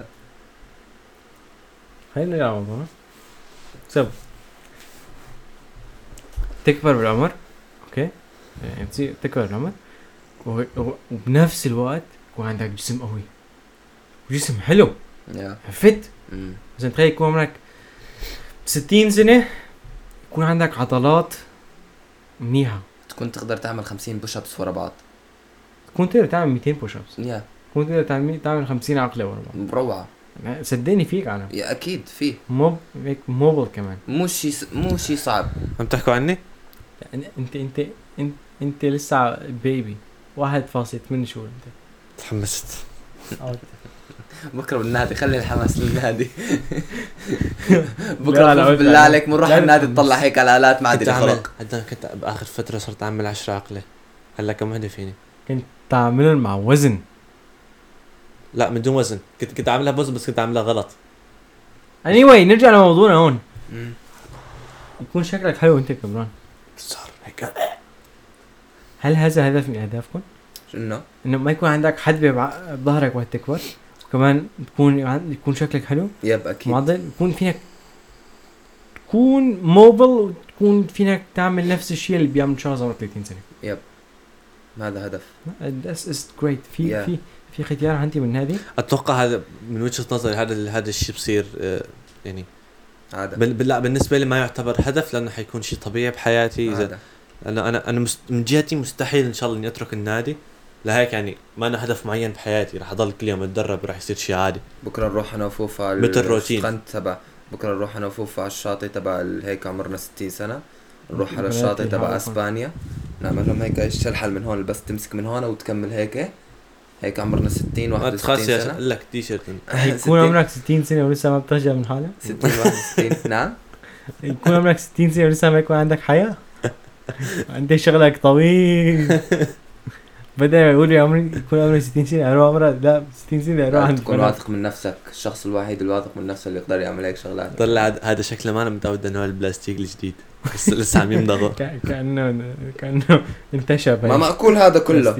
خلينا نرجع لموضوعنا. سب تكبر بالعمر اوكي يعني تصير تكبر بالعمر و- و- وبنفس الوقت يكون عندك جسم قوي جسم حلو يا فت. امم مثلا تخيل يكون عمرك ستين سنة يكون عندك عضلات منيحة تكون تقدر تعمل خمسين بوش ابس ورا بعض. تكون تقدر تعمل مئتين بوش ابس يا تكون تقدر تعمل تعمل خمسين عقلة ورا بعض. مروعة. يعني صدقني فيك أنا يا اكيد فيه. موب هيك موبل كمان. مو شيء مو شيء صعب. عم تحكوا عني؟ يعني انت انت انت انت لسه بيبي واحد فاصلة ثمانية شهور انت. تحمست. بكره بالنادي خلي الحماس للنادي. لا، بكره لا، بفوت بالله لا. عليك بنروح لا، النادي لا. تطلع هيك على الالات ما عاد كنت اعمل يخرق. هدا كنت باخر فترة صرت اعمل عشرة عقلة. هلا كم وحدة فيني؟ تعملهم مع وزن. لا من دون وزن كنت كنت عاملها بوزن بس كنت عاملها غلط. anyway نرجع لموضوعنا هون. مم. يكون شكلك حلو انت كبران. صار هيك. هل هذا هدف من اهدافكم؟ شنو؟ انه ما يكون عندك حد ببع- بظهرك وقت تكبر وكمان تكون عن- يكون شكلك حلو يب اكيد. معضل يكون فينك تكون موبل وتكون فينك تعمل نفس الشيء اللي بيعمل شخص عمره ثلاثين سنة. هذا هدف. This is great. في Yeah. في في ختيار عندي من هذه. اتوقع هذا من وجهة نظري هذا هذا الشيء بصير آه، يعني هذا بال بال- لا بالنسبة لي ما يعتبر هدف لانه حيكون شيء طبيعي بحياتي. اذا هذا انا انا انا مست... من جهتي مستحيل ان شاء الله اني اترك النادي. لهيك يعني ما انا هدف معين بحياتي راح اضل كل يوم اتدرب راح يصير شيء عادي. بكره نروح انا وفوفا على مثل روتين. الخند تبع بكره نروح انا وفوفا على الشاطئ تبع ال- هيك عمرنا ستين سنة. نروح على بنات الشاطئ تبع يهاوكم. اسبانيا نعمل لهم هيك شلحل من هون بس تمسك من هون وتكمل هيك هيك عمرنا ستين ما واحد وستين تخاف يا سنة. اقول لك تي شيرت. يكون عمرك ستين سنة ولسه ما بترجع من حالك. ستين واحد وستين. نعم يكون عمرك ستين سنة ولسه ما يكون عندك حياة. عندك شغلك طويل. بدل ما يقول لي عمري يكون عمري ستين سنة اروح عمره لا ستين سنة اروح عند تكون فلان. واثق من نفسك. الشخص الوحيد الواثق من نفسه اللي يقدر يعمل هيك شغلات. طلع هذا- هذا شكله ما انا متعود انه البلاستيك الجديد لسه لسه عم يمضغه. ك- كأنه كأنه انتشر. ما مأكول هذا كله.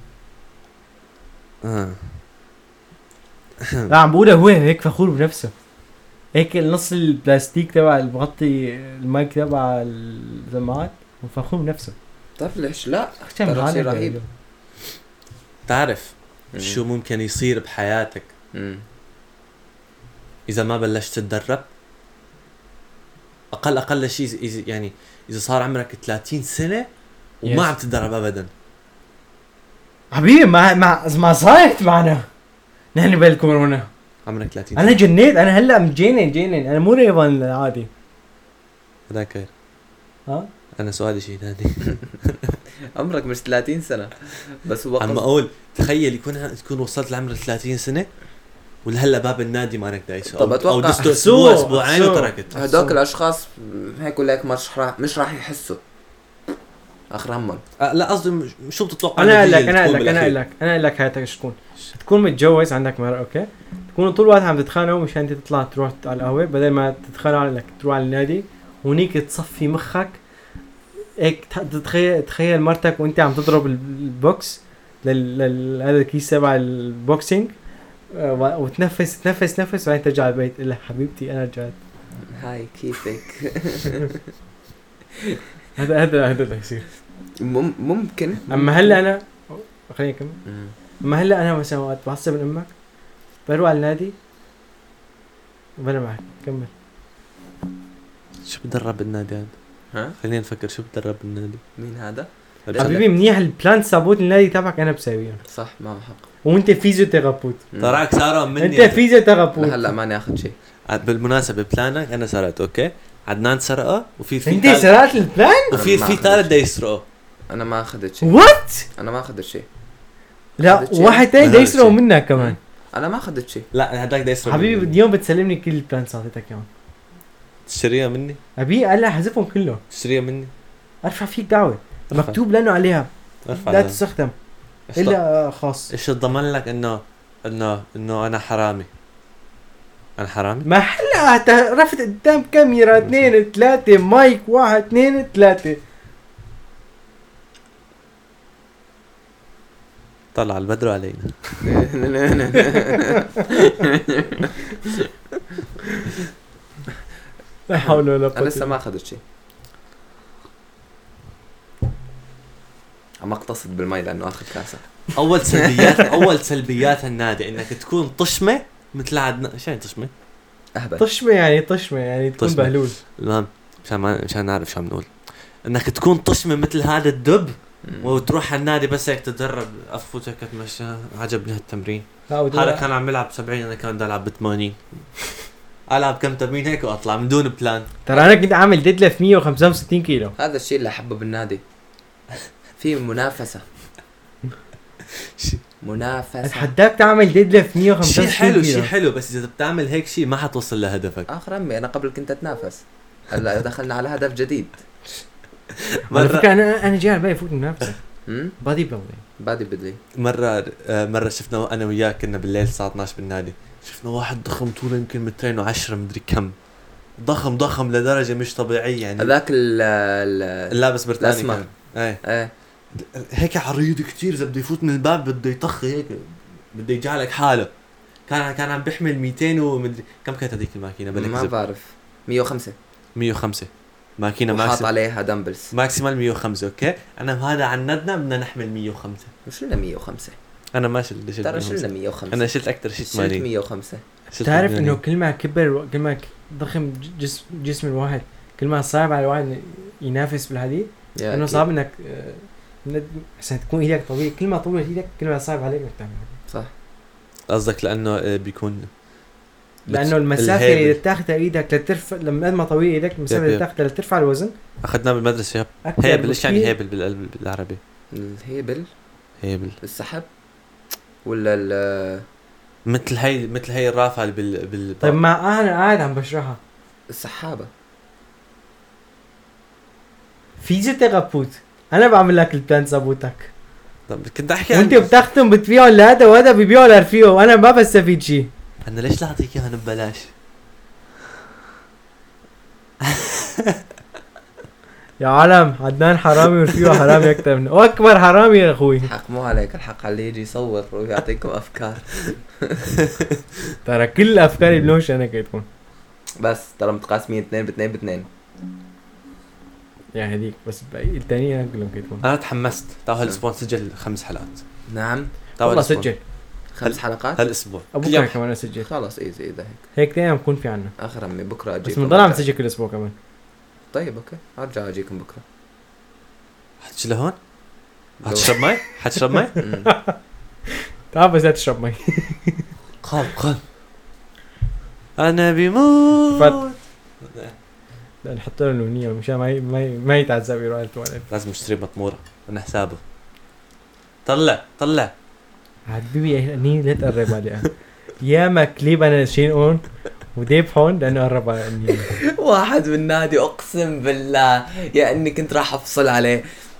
اه لا عم بقول هو هيك فخور بنفسه. هيك النص البلاستيك تبع المغطي المايك تبع السماعات وفخور بنفسه. طيب ليش لا؟ اختم ترى شيء حالك رهيب. تعرف مم. شو ممكن يصير بحياتك مم. اذا ما بلشت تتدرب اقل اقل شيء إذا يعني اذا صار عمرك ثلاثين سنه وما Yes. عم تتدرب ابدا. حبيبي ما ما ما صارت معنا نحن بالكورونا. عمرك ثلاثين انا سنه جنيت، انا هلا مجنن جنن، انا مو ريفان عادي. هذاك ها انا سؤالي شيء ثاني. عمرك مش ثلاثين سنة بس هو عم قصد- اقول تخيل يكون تكون وصلت لعمر ثلاثين سنه ولهلا باب النادي ما انك دايسه طب او, أو أتوقع دستو أحسوه، اسبوع اسبوعين أحسوه. وتركت. هدوك الاشخاص هيك ولا هيك مش راح مش راح يحسوا اخر همهم. أه لا قصدي مش- شو بتتوقع انا اقول النتيجة لك انا اللي اقول لك تكون انا اقول بالأخير؟ لك انا اقول لك حياتك ايش تكون؟ تكون متجوز عندك مرة، اوكي، تكونوا طول الوقت عم تتخانقوا مشان انت تطلع تروح على القهوه بدل ما تتخانقوا على انك تروح على النادي. هونيك تصفي مخك هيك، ت- تتخيل تخيل مرتك وانت عم تضرب البوكس لل لل- هذا الكيس تبع البوكسينج، آه، و- وتنفس تنفس تنفس وبعدين ترجع البيت تقول لها حبيبتي انا رجعت. هاي كيفك؟ هذا هذا هذا اللي يصير. مم ممكن. اما هلا انا خليني اكمل. مم. اما هلا انا مثلا وقت بعصب من امك بروح على النادي وانا معك كمل. شو بتدرب بالنادي هذا؟ ها خلينا نفكر شو بتدرب بالنادي. مين هذا؟ حبيبي منيح البلان صابوت النادي تبعك انا بساويهم، صح معه حق. وانت فيزيوثيرابوت. تراك سارة مني انت فيزيوثيرابوت. هلا ماني اخذ شيء. بالمناسبة بلانك انا سرقت اوكي، عدنان سرقه وفي في انت تالت- سرقت البلان؟ وفي أنا في ما ثالث دا يسرقه. انا ما اخذت شيء. وات؟ انا ما اخذت شيء. لا أخذت شيء؟ واحد تاني ما بده أخذت يسرقوا شيء. منك كمان. انا ما اخذت شيء. لا هداك دا يسرقه حبيبي مني. اليوم بتسلمني كل البلان صارتك اياهم. تشتريها مني ابي هلا حذفهم كلهم. تشتريها مني ارفع فيك دعوه ارفع. مكتوب لانه عليها ارفع لا لها. تستخدم إيش ض- الا خاص. ايش ضمن لك انه انه انه انا حرامي؟ انا حرامي؟ ما هلا رفت قدام كاميرا اثنين ثلاثة مايك واحد اثنين ثلاثة. طلع البدر علينا. لا حول ولا انا قوة. لسه ما اخذت شيء. عم اقتصد بالمي لانه اخذ كاسه. اول سلبيات اول سلبيات النادي انك تكون طشمه مثل عدنا. شو يعني طشمه؟ اهبل. طشمة يعني طشمة يعني تكون طشمة. بهلول. المهم مشان ما مشان نعرف شو عم نقول، انك تكون طشمه مثل هذا الدب مم. وتروح على النادي بس هيك تتدرب افوت هيك اتمشى. عجبني هالتمرين. لا وتقول- هذا كان عم يلعب سبعين انا كان بدي العب ب ثمانين. العب كم تمرين هيك واطلع من دون بلان. ترى انا كنت عامل ديدليفت مية وخمسة وستين كيلو. هذا الشيء اللي احبه بالنادي. في منافسه. شي- منافسه. اتحداك تعمل ديدليفت مية وخمسة شيء وستين حلو كيلو. شيء حلو بس اذا بتعمل هيك شيء ما حتوصل لهدفك. اخر امي انا قبل كنت اتنافس. هلا دخلنا على هدف جديد. على مرة فكرة انا انا جاي على بالي افوت منافسة امم بادي بيلدينج. بادي بدلي. مرة آه، مرة شفنا انا وياك كنا بالليل الساعة اثنعش بالنادي، شفنا واحد ضخم طوله يمكن مترين وعشرة مدري كم، ضخم ضخم لدرجة مش طبيعية يعني. هذاك ال ال اللابس برتقاني الأسمر. كان. ايه ايه هيك عريض كتير، اذا بده يفوت من الباب بده يطخي هيك، بده يجعلك حاله. كان كان عم بيحمل مئتين ومدري كم كانت هذيك الماكينة بلا ما كذب. بعرف. مية وخمسة مية وخمسة ماكينة وحاط ماكسيم عليها دمبلز. ماكسيمال مية وخمسة. اوكي انا هذا عندنا بدنا نحمل مية وخمسة. مش لنا مية وخمسة. انا ما شلت شلت ترى مية شلنا وخمسة. مية وخمسة. انا شلت اكثر شيء شلت ثمانين. مية وخمسة. شلت تعرف ثمانين. انه كل ما كبر كل ما ضخم جسم جسم الواحد كل ما صعب على الواحد ينافس بالحديد. يا انه أكيد. صعب انك آه، إنك- عشان تكون ايدك طويل، كل ما طولت ايدك كل ما صعب عليك انك تعمل هذا. صح. قصدك لانه آه، بيكون لانه المسافه الهيبل. اللي بتاخذها ايدك لترفع لما قد ما طويل ايدك المسافه يب اللي يب. تاخذها لترفع الوزن اخذناه بالمدرسه ياب. أكثر هيبل ايش يعني بكثير. هيبل بالقلب بالعربي؟ الهيبل هيبل السحب ولا ال مثل هي مثل هي الرافعه اللي بال بال طيب ما انا قاعد عم بشرحها. السحابة. فيزيوثيرابوت انا بعمل لك البلان صابوتك طب كنت احكي عن وانت بتختم بتبيعه لهذا وهذا بيبيعه لرفيقه وانا ما بستفيد شيء. انا ليش لا اعطيك اياها ببلاش؟ يا عالم عدنان حرامي ورفيقه حرامي اكثر منه واكبر حرامي يا اخوي. الحق مو عليك، الحق على اللي يجي يصور ويعطيكم افكار. ترى كل افكاري بلوش انا كيتكون بس ترى متقاسمين اثنين باثنين باثنين. يعني هذيك بس باقي الثانيه انا كلهم كيتكون. انا تحمست. تو هالاسبوع سجل خمس حلقات. نعم تو والله هالأسبوع. سجل خمس هل- حلقات هالاسبوع ابو كل يوم. بكره كمان اسجل. خلاص ايزي اذا هيك هيك دائما بكون في عنا، اخر عمي بكره اجيكم بس بنضل عم بكرة. نسجل كل اسبوع كمان. طيب اوكي ارجع اجيكم بكره. حتجي لهون حتشرب مي حتشرب مي مم. تعال بس لا تشرب مي. قال قال انا بموت فت- لا نحط له نونيه مشان ما ي- ما ي- ما يتعذب يروح التواليت. لازم نشتري مطموره من حسابه. طلع طلع حبيبي يا ني لا تقرب عليها. يا ما كليب انا شين وديب هون لانه قرب على اني. واحد بالنادي اقسم بالله يا اني كنت راح افصل عليه.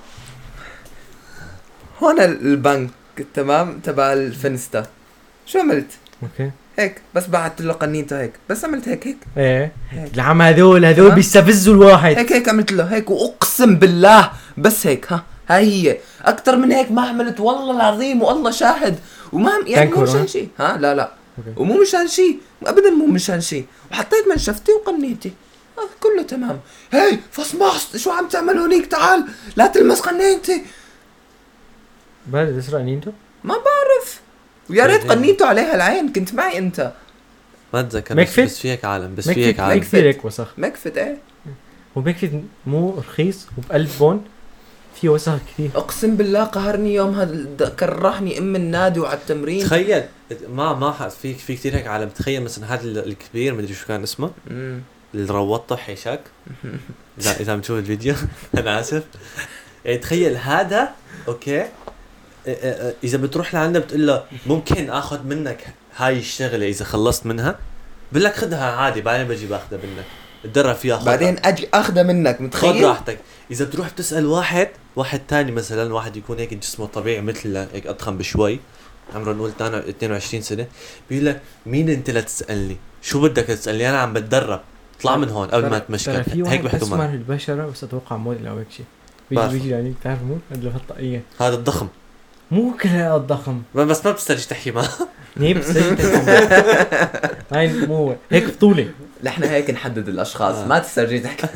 هون البنك تمام تبع الفنستا. شو عملت؟ اوكي هيك بس بعثت له قنينته هيك بس عملت هيك هيك ايه هيك العم هذول هذول تمام. بيستفزوا الواحد. هيك هيك عملت له هيك واقسم بالله بس هيك ها هاي هي اكثر من هيك ما عملت والله العظيم والله شاهد وما عم- يعني مو تنكر، مشان ها؟ شيء ها لا لا أوكي. ومو مشان شيء ابدا مو مشان شيء وحطيت منشفتي وقنيتي آه كله تمام. هي فصمصت شو عم تعمل هونيك تعال لا تلمس قنيتي بلد اسرع نينتو. ما بعرف ويا ريت قنيته عليها العين كنت معي انت ما اتذكر بس, مكفت؟ بس في هيك عالم بس في هيك مكفت عالم كثير هيك وسخ. مكفت ايه ومكفت مو رخيص وبقلب بون في وسخ كثير. اقسم بالله قهرني يوم هذا كرهني ام النادي وعلى التمرين. تخيل ما ما ح- في في كثير هيك عالم. تخيل مثلا هذا ال- الكبير مدري شو كان اسمه مم. اللي روضته حيشك اذا اذا عم تشوف الفيديو انا اسف. يعني تخيل هذا اوكي ا- ا- ا- اذا بتروح لعنده بتقول له ممكن اخذ منك هاي الشغله اذا خلصت منها بقول لك خذها عادي بعدين بجي باخذها منك اتدرب فيها خذها. بعدين اجي اخذها منك خذ متخيل. راحتك. اذا بتروح بتسال واحد واحد تاني مثلا واحد يكون هيك جسمه طبيعي مثل هيك اضخم بشوي عمره نقول تانا اثنين وعشرين سنه بيقول لك مين انت لا تسالني شو بدك تسالني انا عم بتدرب اطلع من هون قبل ما تمشكل. ترى في هيك واحد بيحكوا اسمر معه. البشره بس اتوقع موديل او هيك شيء بعرف. بيجي بيجي يعني بتعرف مو اللي الطاقيه هذا الضخم مو كلها الضخم. بس ما بتسترجي تحكي معه. نيب سيد هاي مو هو. هيك بطولي. نحن هيك نحدد الاشخاص آه. ما تسترجي تحكي.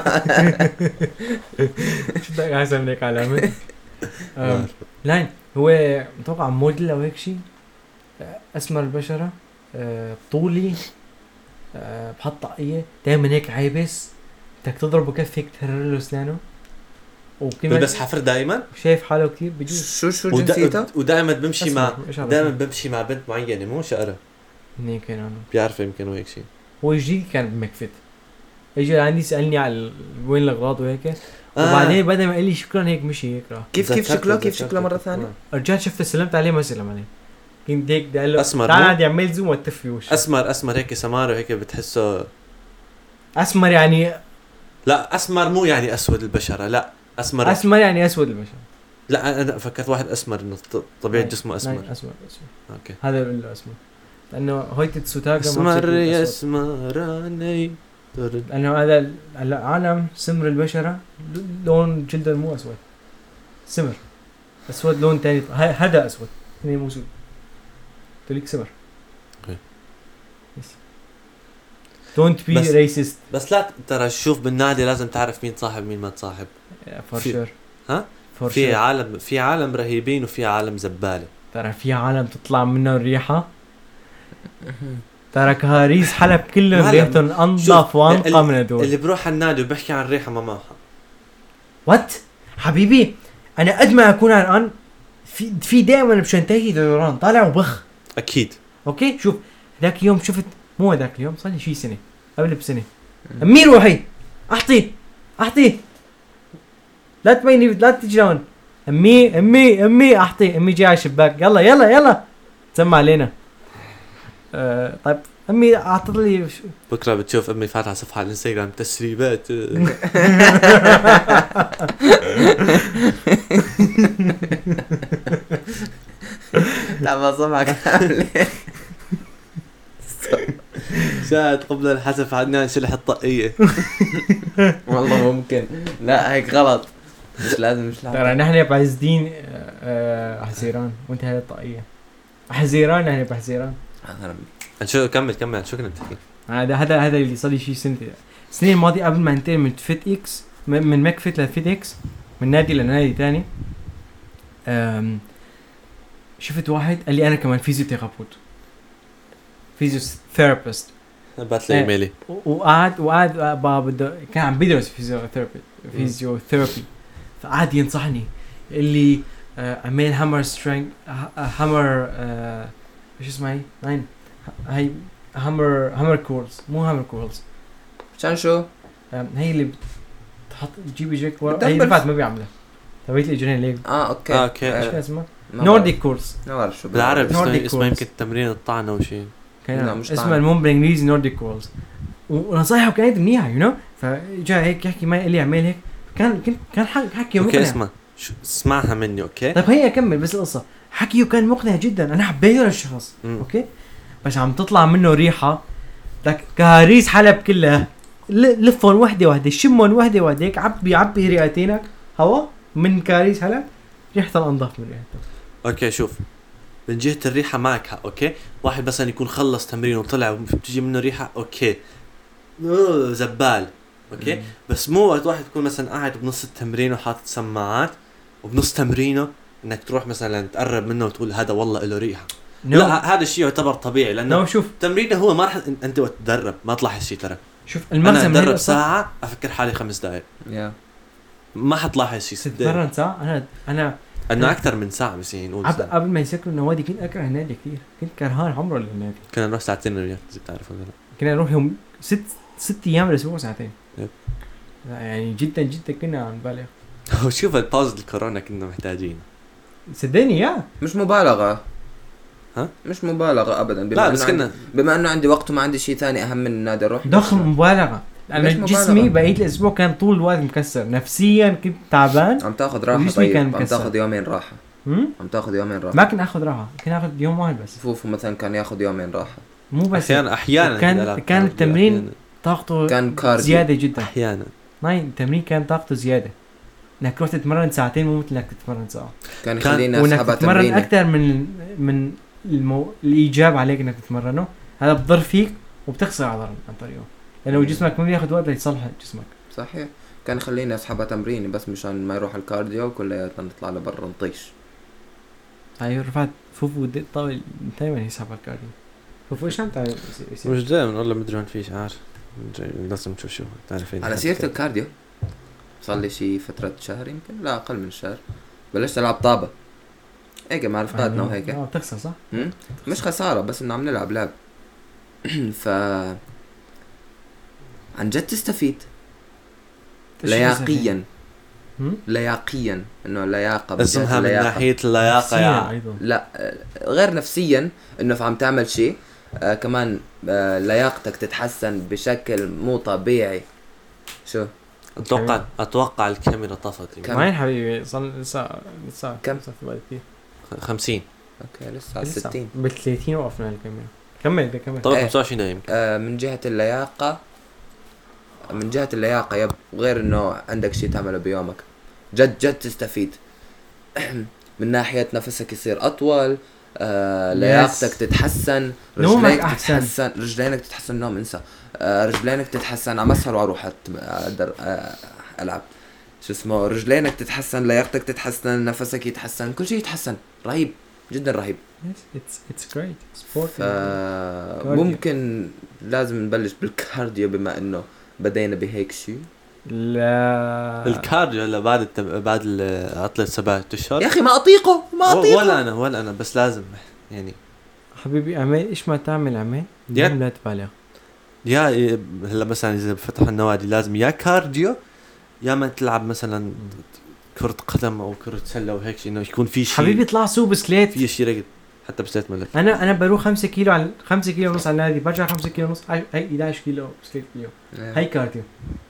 شو بدك احسن من هيك علامه. آم، لاين هو متوقع موديل او هيك شيء اسمر البشره آه، طولي آه، بحط طاقيه دائما هيك عايبس بدك تضربه كف هيك تهرر له اسنانه وكمان بس حفر دائما شايف حاله كثير بجوز. شو شو جنسيته؟ ودائما بمشي مع أسمر، إيش عرفني؟ دائما بمشي مع بنت معينه مو شقره هنيك كان عنه. بيعرف يمكن هو هيك شيء. هو جديد كان بمكفت اجى عندي سالني على وين الاغراض وهيك وبعدين بدل ما قال لي شكرا هيك مشي هيك راح. كيف كيف تذكرت- شكله كيف تذكرت- شكله مره ثانيه؟ رجعت شفته سلمت عليه ما سلم عليه. كنت هيك بدي اقول له أسمر تعال مو؟ عادي عمال زوم وتف في وشه. اسمر اسمر هيك سماره هيك بتحسه. اسمر يعني لا اسمر مو يعني اسود البشره لا اسمر اسمر يعني اسود البشره. لا انا فكرت واحد اسمر انه ط- طبيعه نعم. جسمه نعم، اسمر. اسمر اسمر اوكي هذا اللي له اسمر لانه هويت تسوتاغا اسمر يا اسمراني. لانه هذا ال- العالم سمر البشره ل- لون جلده مو اسود سمر اسود لون ثاني هذا اسود اثنين مو سود تليك سمر. أوكي. دونت بي بس- ريسست بس لا ترى شوف بالنادي لازم تعرف مين صاحب مين ما تصاحب. فور في- شور. ها؟ فور في شور. عالم في عالم رهيبين وفي عالم زباله. ترى في عالم تطلع منه الريحه ترى كهاريس حلب كلهم هلا، ريحتهم انظف وانقى من هدول. اللي بروح على النادي وبحكي عن الريحه ما معها. وات حبيبي انا قد ما اكون عرقان في في دائما بشنتاي دوران طالع وبخ. اكيد اوكي شوف ذاك اليوم شفت مو ذاك اليوم صار لي شي سنه قبل بسنه امي روحي احطي احطي لا تبيني لا تجي لهون امي امي امي احطي امي جاي على الشباك يلا يلا يلا تسمع علينا. أه طيب امي اعطت لي ش- بكره بتشوف امي فاتحه صفحه على الانستغرام تسريبات. لا ما صبعك كامل. شاهد قبل الحذف عدنان شلح الطاقيه. والله ممكن لا هيك غلط مش لازم مش ترى لازم. نحن بحزدين أه أه حزيران وانت هاي الطاقيه حزيران نحن بحزيران. عن شو كمل كمل عن شو كنا بتحكي؟ هذا هذا هذا اللي صار لي شيء سنه السنين الماضيه قبل ما انتقل من فيت اكس من من ماكفيت لفيت اكس من نادي لنادي ثاني. شفت واحد قال لي انا كمان فيزيوثيرابوت فيزيوثيرابيست بعت لي إيه. ايميلي. وقعد وقعد بقى بده كان عم بيدرس فيزيوثيرابي فيزيوثيرابي فقعد ينصحني اللي آه، اعمل هامر سترينج هامر ايش اسمها هي ناين هي هامر هامر كورز مو هامر كورز عشان شو؟ هي اللي بتحط تجيب اجريك ورا هي بتدبر. رفعت ما بيعملها تبعت لي اجرين ليك اه اوكي آه، أوكي. ايش آه، اسمها ما نورديك كورس بعرف- ما بعرف شو بالعربي Nordic اسمه اسمه course. يمكن تمرين الطعن او شيء. لا، كان مش اسمها طعن. المهم بالانجليزي نورديك كورز ونصايحه كانت منيحه يو نو فجاء هيك يحكي معي قال لي اعمل هيك كان كنت كان حق- حكي اوكي مقنع اسمع شو اسمعها مني اوكي. طيب هي اكمل بس القصه حكيه كان مقنع جدا انا حبيته للشخص مم. اوكي بس عم تطلع منه ريحه لك كهاريس حلب كلها ل- لفهم وحده وحده شمهم وحده وحده هيك عبي عبي رئتينك هوا من كهاريس حلب ريحتها انضف من ريحتها اوكي شوف من جهه الريحه معك حق اوكي. واحد مثلا يكون خلص تمرين وطلع وبتجي منه ريحه اوكي أوه زبال اوكي. مم. بس مو وقت واحد يكون مثلا قاعد بنص التمرين وحاطط سماعات وبنص تمرينه انك تروح مثلا تقرب منه وتقول هذا والله له ريحه. نو لا ه- هذا الشيء يعتبر طبيعي لانه نو شوف تمرينه هو ما راح انت وقت تدرب ما تلاحظ شيء. ترى شوف انا المغزى من هي اتدرب القصة ساعه افكر حالي خمس دقائق يا ما حتلاحظ شيء صدق تتمرن ساعه انا انا انه اكثر من ساعه بس يعني نقول قبل ساعة. قبل ما يسكروا النوادي كنت اكره النادي كثير كنت كرهان عمره للنادي كنا نروح ساعتين وياك اذا بتعرف ولا لا. كنا نروح يوم ست ست ايام بالاسبوع ساعتين يب. لا يعني جدا جدا كنا عم نبالغ وشوف الباوز الكورونا كنا محتاجين. صدقني يا مش مبالغه. ها؟ مش مبالغه ابدا. بما لا إنه بس عندي- كنا بما انه عندي وقت وما عندي شيء ثاني اهم من النادي اروح ضخم مبالغه ليش لأن مبالغة؟ جسمي بقيت الاسبوع كان طول الوقت مكسر نفسيا كنت تعبان عم تاخذ راحه. وجسمي طيب كان عم مكسر. تاخذ يومين راحه. هم؟ عم تاخذ يومين راحه. ما كنا اخذ راحه كنا اخذ يوم واحد بس فوفو مثلا كان ياخذ يومين راحه. مو بس احيانا احيانا كان- كنا نلعب كان كارديو، التمرين أحياناً. طاقته كان كارديو. زياده جدا احيانا ناي التمرين كان طاقته زياده انك تروح تتمرن ساعتين مو مثل انك تتمرن ساعه كان كان- يخليني وانك اسحبها تتمرن تمرينه. اكثر من من المو... الايجاب عليك انك تتمرنه هذا بضر فيك وبتخسر عضل عن طريقه لانه مم. جسمك ما بياخذ وقت ليصلح جسمك صحيح. كان يخليني اسحبها تمريني بس مشان ما يروح الكارديو كلياتنا نطلع لبرا نطيش. هاي رفعت فوفو دي طاول دائما يسحب على الكارديو فوفو ايش عم تعمل يصير؟ مش دائما والله مدري وين فيش عارف مدري، لازم نشوف شو تعرفين. على سيرة الكارديو صار لي شي فترة شهر يمكن لا أقل من شهر بلشت ألعب طابة هيك مع رفقاتنا وهيك. اه بتخسر صح؟ مم؟ مش خسارة بس إنه عم نلعب لعب. ف عن جد تستفيد لياقيا هم؟ لياقيا إنه لياقة بجد اسمها من لياقة. ناحية اللياقة نفسياً يا ايضا لا آه، غير نفسيا إنه عم تعمل شيء آه كمان آه لياقتك تتحسن بشكل مو طبيعي. شو اتوقع اتوقع الكاميرا طفت يمكن. كم؟ وين حبيبي صار لسه لسه كم؟ لسه في بالي كثير خمسين اوكي لسه على لسه. ستين. بال ثلاثين وقفنا الكاميرا كمل بدك كمل طبعا إيه. خمسة وعشرين دقيقة يمكن. آه من جهة اللياقة من جهة اللياقة يب غير انه عندك شيء تعمله بيومك جد جد تستفيد. من ناحية نفسك يصير اطول آه لياقتك تتحسن نومك رجليك أحسن. تتحسن رجلينك تتحسن نوم انسى آه رجلينك تتحسن عم اسهر واروح أت- أقدر آه العب شو اسمه رجلينك تتحسن لياقتك تتحسن نفسك يتحسن كل شيء يتحسن رهيب جدا رهيب. اتس اتس جريت سبورت ف ممكن لازم نبلش بالكارديو بما انه بدينا بهيك شيء. لا الكارديو هلا بعد التم... بعد ال- عطلة سبعة اشهر يا اخي ما اطيقه ما و- اطيقه. ولا انا ولا انا بس لازم يعني حبيبي اعمل ايش ما تعمل اعمل يا- المهم لا تبالغ يا هلا مثلا اذا فتحوا النوادي لازم يا كارديو يا ما تلعب مثلا كرة قدم او كرة سلة وهيك شيء انه يكون في شيء حبيبي اطلع سوق بسكليت في شيء رقد حتى بسكليت ملك. انا انا بروح خمسة كيلو على خمسة كيلو ونص على النادي برجع خمسة كيلو ونص هاي هاي إحدى عشر كيلو بسكليت اليوم هاي كارديو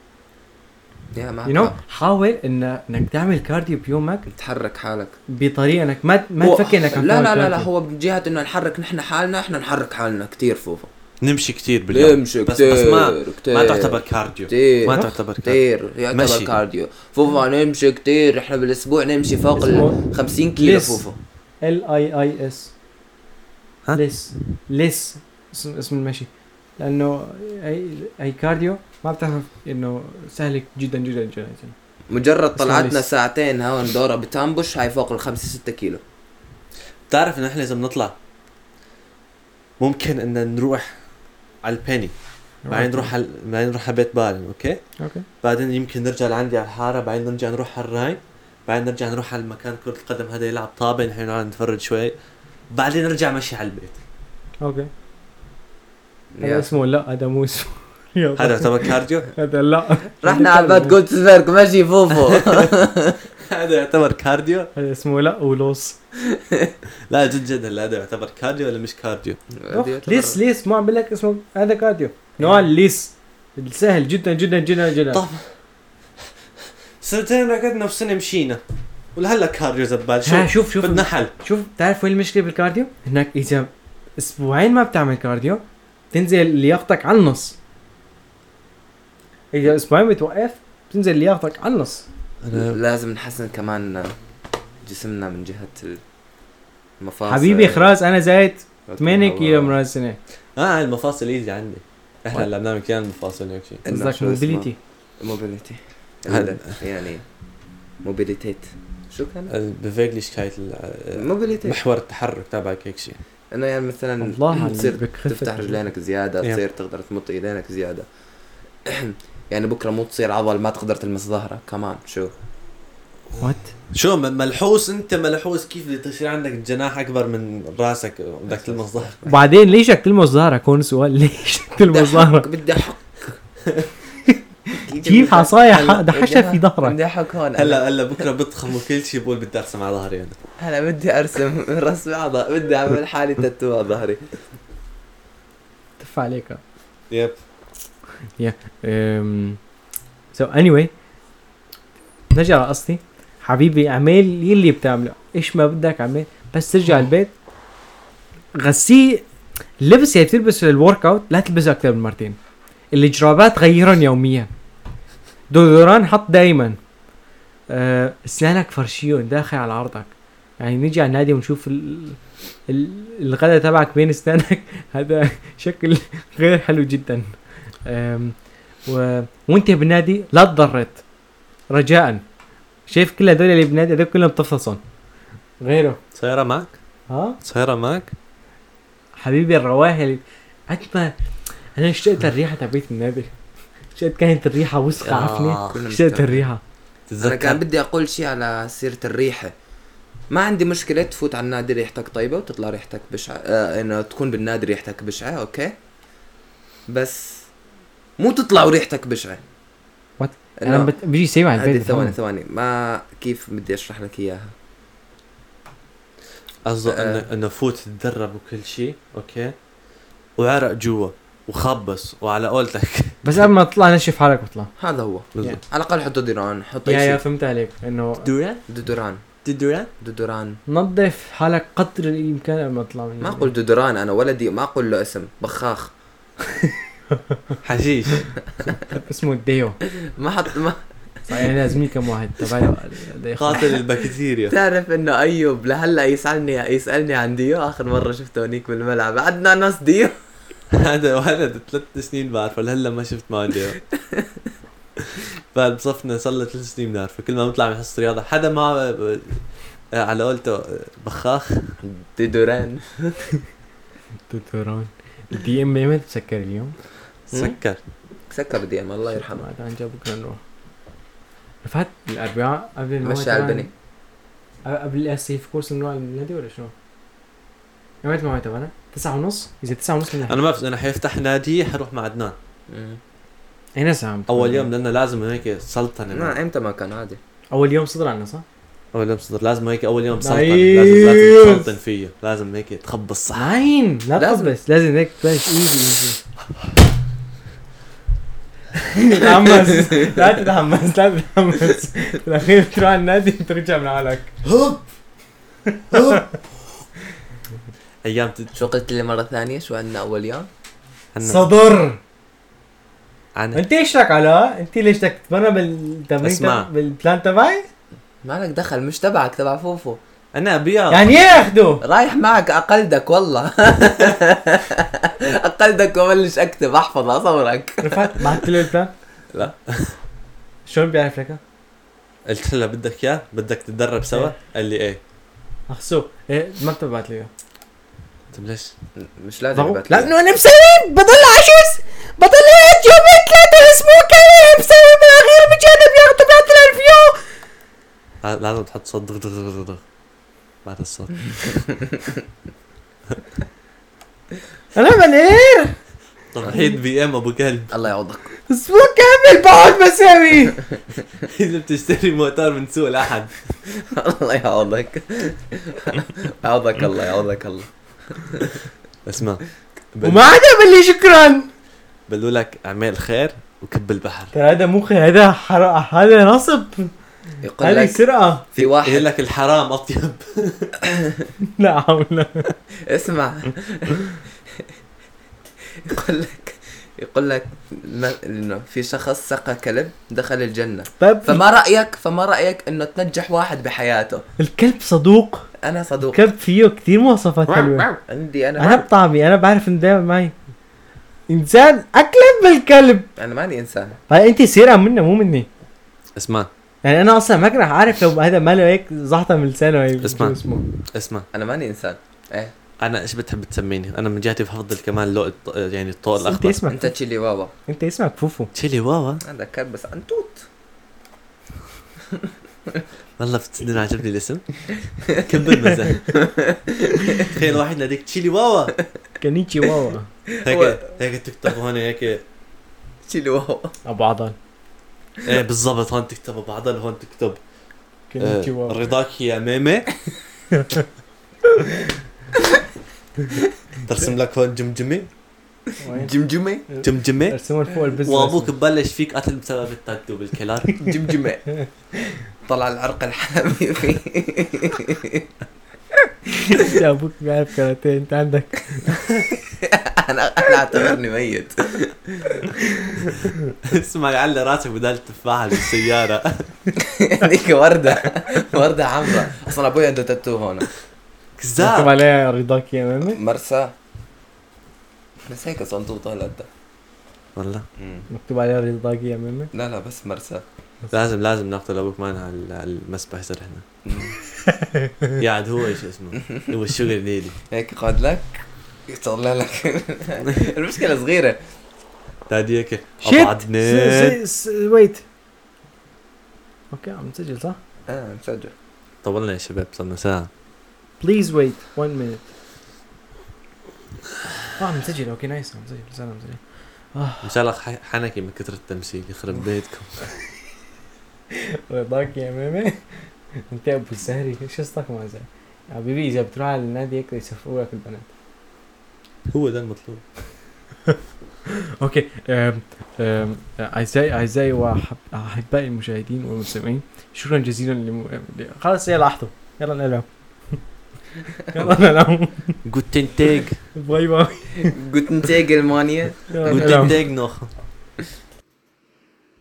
يا ما يو نو حاول ان انك تعمل كارديو بيومك تحرك حالك بطريقه انك ما ما هو- تفكر انك عم لا تعمل لا لا لا كارديو. هو بجهة انه نحرك نحن حالنا احنا نحرك حالنا كتير فوفو نمشي كتير باليوم نمشي بس كتير بس ما كتير ما تعتبر كارديو كتير ما تعتبر كارديو كتير يعتبر مشي. كارديو فوفو نمشي كتير احنا بالاسبوع نمشي فوق ال اسمه خمسين كيلو ليس. فوفو ال اي اي اس ها؟ ليس ليس اسم اسم المشي لانه هي هي كارديو ما بتعرف انه سهل جدا جدا جدا مجرد اسمه طلعتنا ليس. ساعتين هون دورة بتامبوش هاي فوق الخمسة ستة كيلو. بتعرف انه احنا لازم نطلع ممكن ان نروح على البيني بعدين نروح على بعدين نروح على بيت بالن اوكي اوكي بعدين يمكن نرجع لعندي على الحاره بعدين نرجع نروح على الراي بعدين نرجع نروح على المكان كرة القدم هذا يلعب طابة نحن نقعد نتفرج شوي بعدين نرجع مشي على البيت. اوكي هذا يا. اسمه لا هذا مو اسمه هذا يعتبر كارديو. هذا لا رحنا على بيت جولدسبرغ ماشي فوفو. هذا يعتبر كارديو. هذا اسمه لا ولوس. لا جد جد هلا هذا يعتبر كارديو ولا مش كارديو؟ ليس ليس ما عم بقول لك اسمه هذا كارديو نوع الليس سهل جدا جدا جدا جدا. طب سنتين ركضنا وسنة مشينا ولهلا كارديو زبال. ها شوف شوف شوف بدنا حل. شوف تعرف وين المشكله بالكارديو؟ انك اذا اسبوعين ما بتعمل كارديو تنزل لياقتك على النص. اذا اسبوعين بتوقف تنزل لياقتك على النص. لازم نحسن كمان جسمنا من جهة المفاصل. حبيبي خلاص انا زايد ثمانية كيلو من السنه. اه المفاصل ايزي عندي. احنا اللي بنعمل كيان المفاصل هيك شيء. قصدك موبيليتي. موبيليتي هذا يعني موبيليتيت شو كان؟ بفيجليشكايت موبيليتي محور التحرك تبعك هيك شيء. انه يعني مثلا الله تصير تفتح رجلينك زياده تصير تقدر تمط ايدينك زياده. يعني بكره مو تصير عضل ما تقدر تلمس ظهرك كمان. شو وات شو ملحوس انت ملحوس كيف بده تصير عندك جناح اكبر من راسك وبدك تلمس ظهرك. وبعدين ليش بدك تلمس ظهرك؟ هون سؤال ليش تلمس ظهرك؟ بدي احك كيف عصايه دحشها في ظهرك؟ بدي احك هون. هلا هلا بكره بضخم وكل شيء بقول بدي ارسم على ظهري انا. هلا بدي ارسم رسم على بدي اعمل حالي تاتو على ظهري. تف عليك. يب يا ام سو اني واي نرجع لقصتي. حبيبي اعمل يلي بتعمله ايش ما بدك اعمل بس ترجع البيت غسي اللبس اللي بتلبسه للورك اوت لا تلبسه اكثر من مرتين. الجرابات غيرهم يوميا. دودوران حط دايما. أه اسنانك فرشيون داخل على عرضك. يعني نيجي على النادي ونشوف ال... ال... الغداء تبعك بين اسنانك هذا شكل غير حلو جدا. أم... و... وانت بالنادي لا تضرت رجاء. شايف كل هذول اللي بالنادي هذول كلهم بتفصصون غيره. صايره معك؟ ها صايره معك حبيبي الروائح اللي عندما انا اشتقت الريحه تبعت النادي. اشتقت كانت الريحه وسخه عفنه. اشتقت الريحه. انا كان بدي اقول شيء على سيره الريحه. ما عندي مشكله تفوت على النادي ريحتك طيبه وتطلع ريحتك بشعه. آه انه تكون بالنادي ريحتك بشعه اوكي بس مو تطلع وريحتك بشعه. وات انا بت... بيجي سيب على البيت. ثواني ثواني ما كيف بدي اشرح لك اياها. قصده آه. انه انه فوت تدرب وكل شيء اوكي وعرق جوا وخبص وعلى قولتك بس قبل ما تطلع نشف حالك وطلع. هذا هو بالضبط. على الاقل حط دودوران حط يا اي يا شيء. فهمت عليك انه دوران دودوران دوران دودوران نظف حالك قدر الامكان قبل ما تطلع من ما اقول دودوران انا ولدي ما اقول له اسم بخاخ. حشيش اسمه الديو. ما حط ما يعني لازم كم واحد تبعه قاتل البكتيريا. تعرف انه ايوب لهلا يسالني يسالني عن ديو. اخر مره شفته هنيك بالملعب عندنا ناس ديو. هذا ولد ثلاث سنين بعرفه لهلا ما شفت معه ديو. فبصفنا صار له ثلاث سنين بنعرفه كل ما نطلع من حصه رياضه حدا ما على قولته بخاخ دودوران دودوران. الدي ام متى تسكر اليوم؟ سكر سكر دي ام الله يرحمه. بعد عن جاب بكره نروح. رفعت الاربعاء قبل الموعد مشى على البني قبل السيف كورس نروح على النادي ولا شنو؟ يوميت الموعد تبعنا تسعة ونص. اذا تسعة ونص انا ما بعرف انا حيفتح نادي حروح مع عدنان اين ساعه اول يوم لانه لازم هيك سلطنه. ما امتى ما كان عادي. اول يوم صدر عنا صح؟ اول يوم صدر لازم هيك اول يوم سلطنه نايس. لازم لازم تسلطن فيه لازم هيك تخبص صح. ناين لا لازم. تخبص لازم هيك تبلش ايزي ايزي. تتحمس لا تتحمس لا تتحمس. بالاخير تروح على النادي ترجع من حالك. هوب هوب ايام تد... شو قلت لي مره ثانيه شو عندنا اول يوم؟ صدر عن انت ايش لك على انت ليش بدك تتمرن بالتمرين اسمع. تبع- بالبلان تبعي؟ مالك دخل مش تبعك تبع فوفو. انا ابيض يعني ايه ياخذوا؟ رايح معك اقلدك والله. اقلدك وبلش اكتب احفظ اصورك. رفعت بعثت له البلان؟ لا شلون بيعرف لك؟ قلت له بدك اياه بدك تتدرب سوا قال لي ايه اخسو إيه ما بتبعت لي طب ليش؟ مش لازم يبعت لي. لانه انا مسوي بضل عجز بضل يومين ثلاثه اسبوع كامل مسوي مناخير مجانب ياخذوا ثلاثة آلاف يو. لازم تحط صوت دغ دغ دغ دغ بعد الصوت. انا منير تضحيد بي ام ابو كلب. الله يعوضك. اسبوع كامل بقعد بسوي. اذا بتشتري موتور من سوق الاحد. الله يعوضك. يعوضك الله يعوضك الله. اسمع وما عدا لي شكرا. بقول لك اعمل خير وكب البحر. ترى هذا مو خير هذا حرق هذا نصب. يقول هذه لك سرقة. في واحد يقول لك الحرام اطيب. لا حول. اسمع. يقول لك يقول لك ما- انه في شخص سقى كلب دخل الجنة. طيب فما رأيك فما رأيك انه تنجح واحد بحياته؟ الكلب صدوق. انا صدوق. الكلب فيه كثير مواصفات حلوة. عندي انا انا ما بطعمي انا بعرف انه دايما معي انسان اكلب بالكلب. انا ماني انسان. هاي انت سيرة منه مو مني. اسمع يعني انا اصلا ما كنت عارف لو هذا ماله هيك زحطه من لسانه هي اسمع. اسمه. اسمع انا ماني انسان. ايه انا ايش بتحب تسميني؟ انا من جهتي بفضل كمان اللو الط- يعني الطوق انت الاخضر. اسمك انت تشيلي بابا. انت اسمك فوفو. تشيلي واوا هذا كلب بس عنتوت. والله بتصدق عجبني الاسم. كب المزاج. تخيل واحد ناديك تشيلي واوا كانيتشي واوا هيك هيك تكتب هون هيك. تشيلي بابا. ابو عضل. ايه بالضبط هون تكتب ابو عضل هون تكتب كانيتشي آه، واوا. رضاك يا ميمي. ترسم لك هون جمجمه وين؟ جمجمة. جمجمه ارسمه فوق البزنس. وابوك ببلش فيك قتل بسبب التاتو بالكلار. جمجمة. طلع العرق الحامي فيه. يا ابوك بيعرف كاراتيه انت عندك. انا انا اعتبرني ميت. اسمع يعلي راسك بدل التفاحه بالسياره. هذيك وردة وردة حمراء. اصلا ابوي عنده تاتو هون. مكتوب كذاب. عليها رضاك يا مامي. مرسى. بس هيك صندوق هلا. والله مكتوب عليها رضاك يا مامي. لا لا بس مرسى. لازم لازم نقتل ابوك معنا على على المسبح اذا رحنا. يعد هو ايش اسمه؟ هو الشغل الليلي. هيك قعد لك يطلع لك. المشكلة صغيرة. نادي هيك شيت ابعدني. ويت. اوكي عم تسجل صح؟ اه مسجل. طولنا يا شباب صرنا ساعة. بليز ويت one minute. اه عم تسجل اوكي نايس عم تسجل لسه عم تسجل. اه مشالك حنكي من كثر التمثيل يخرب بيتكم. رضاك يا مامي. انت ابو السهري ايش قصتك مع زي حبيبي اذا بتروح على النادي هيك يصفقوا لك البنات. هو ده المطلوب. اوكي أم أم اعزائي اعزائي واحبائي المشاهدين والمستمعين شكرا جزيلا لم... خلاص يلا احطوا يلا نلعب. يلا نلعب. جوتن تاج باي باي. قلت نتاج المانيا. يلا جوتن نلعب. تاج نوخ.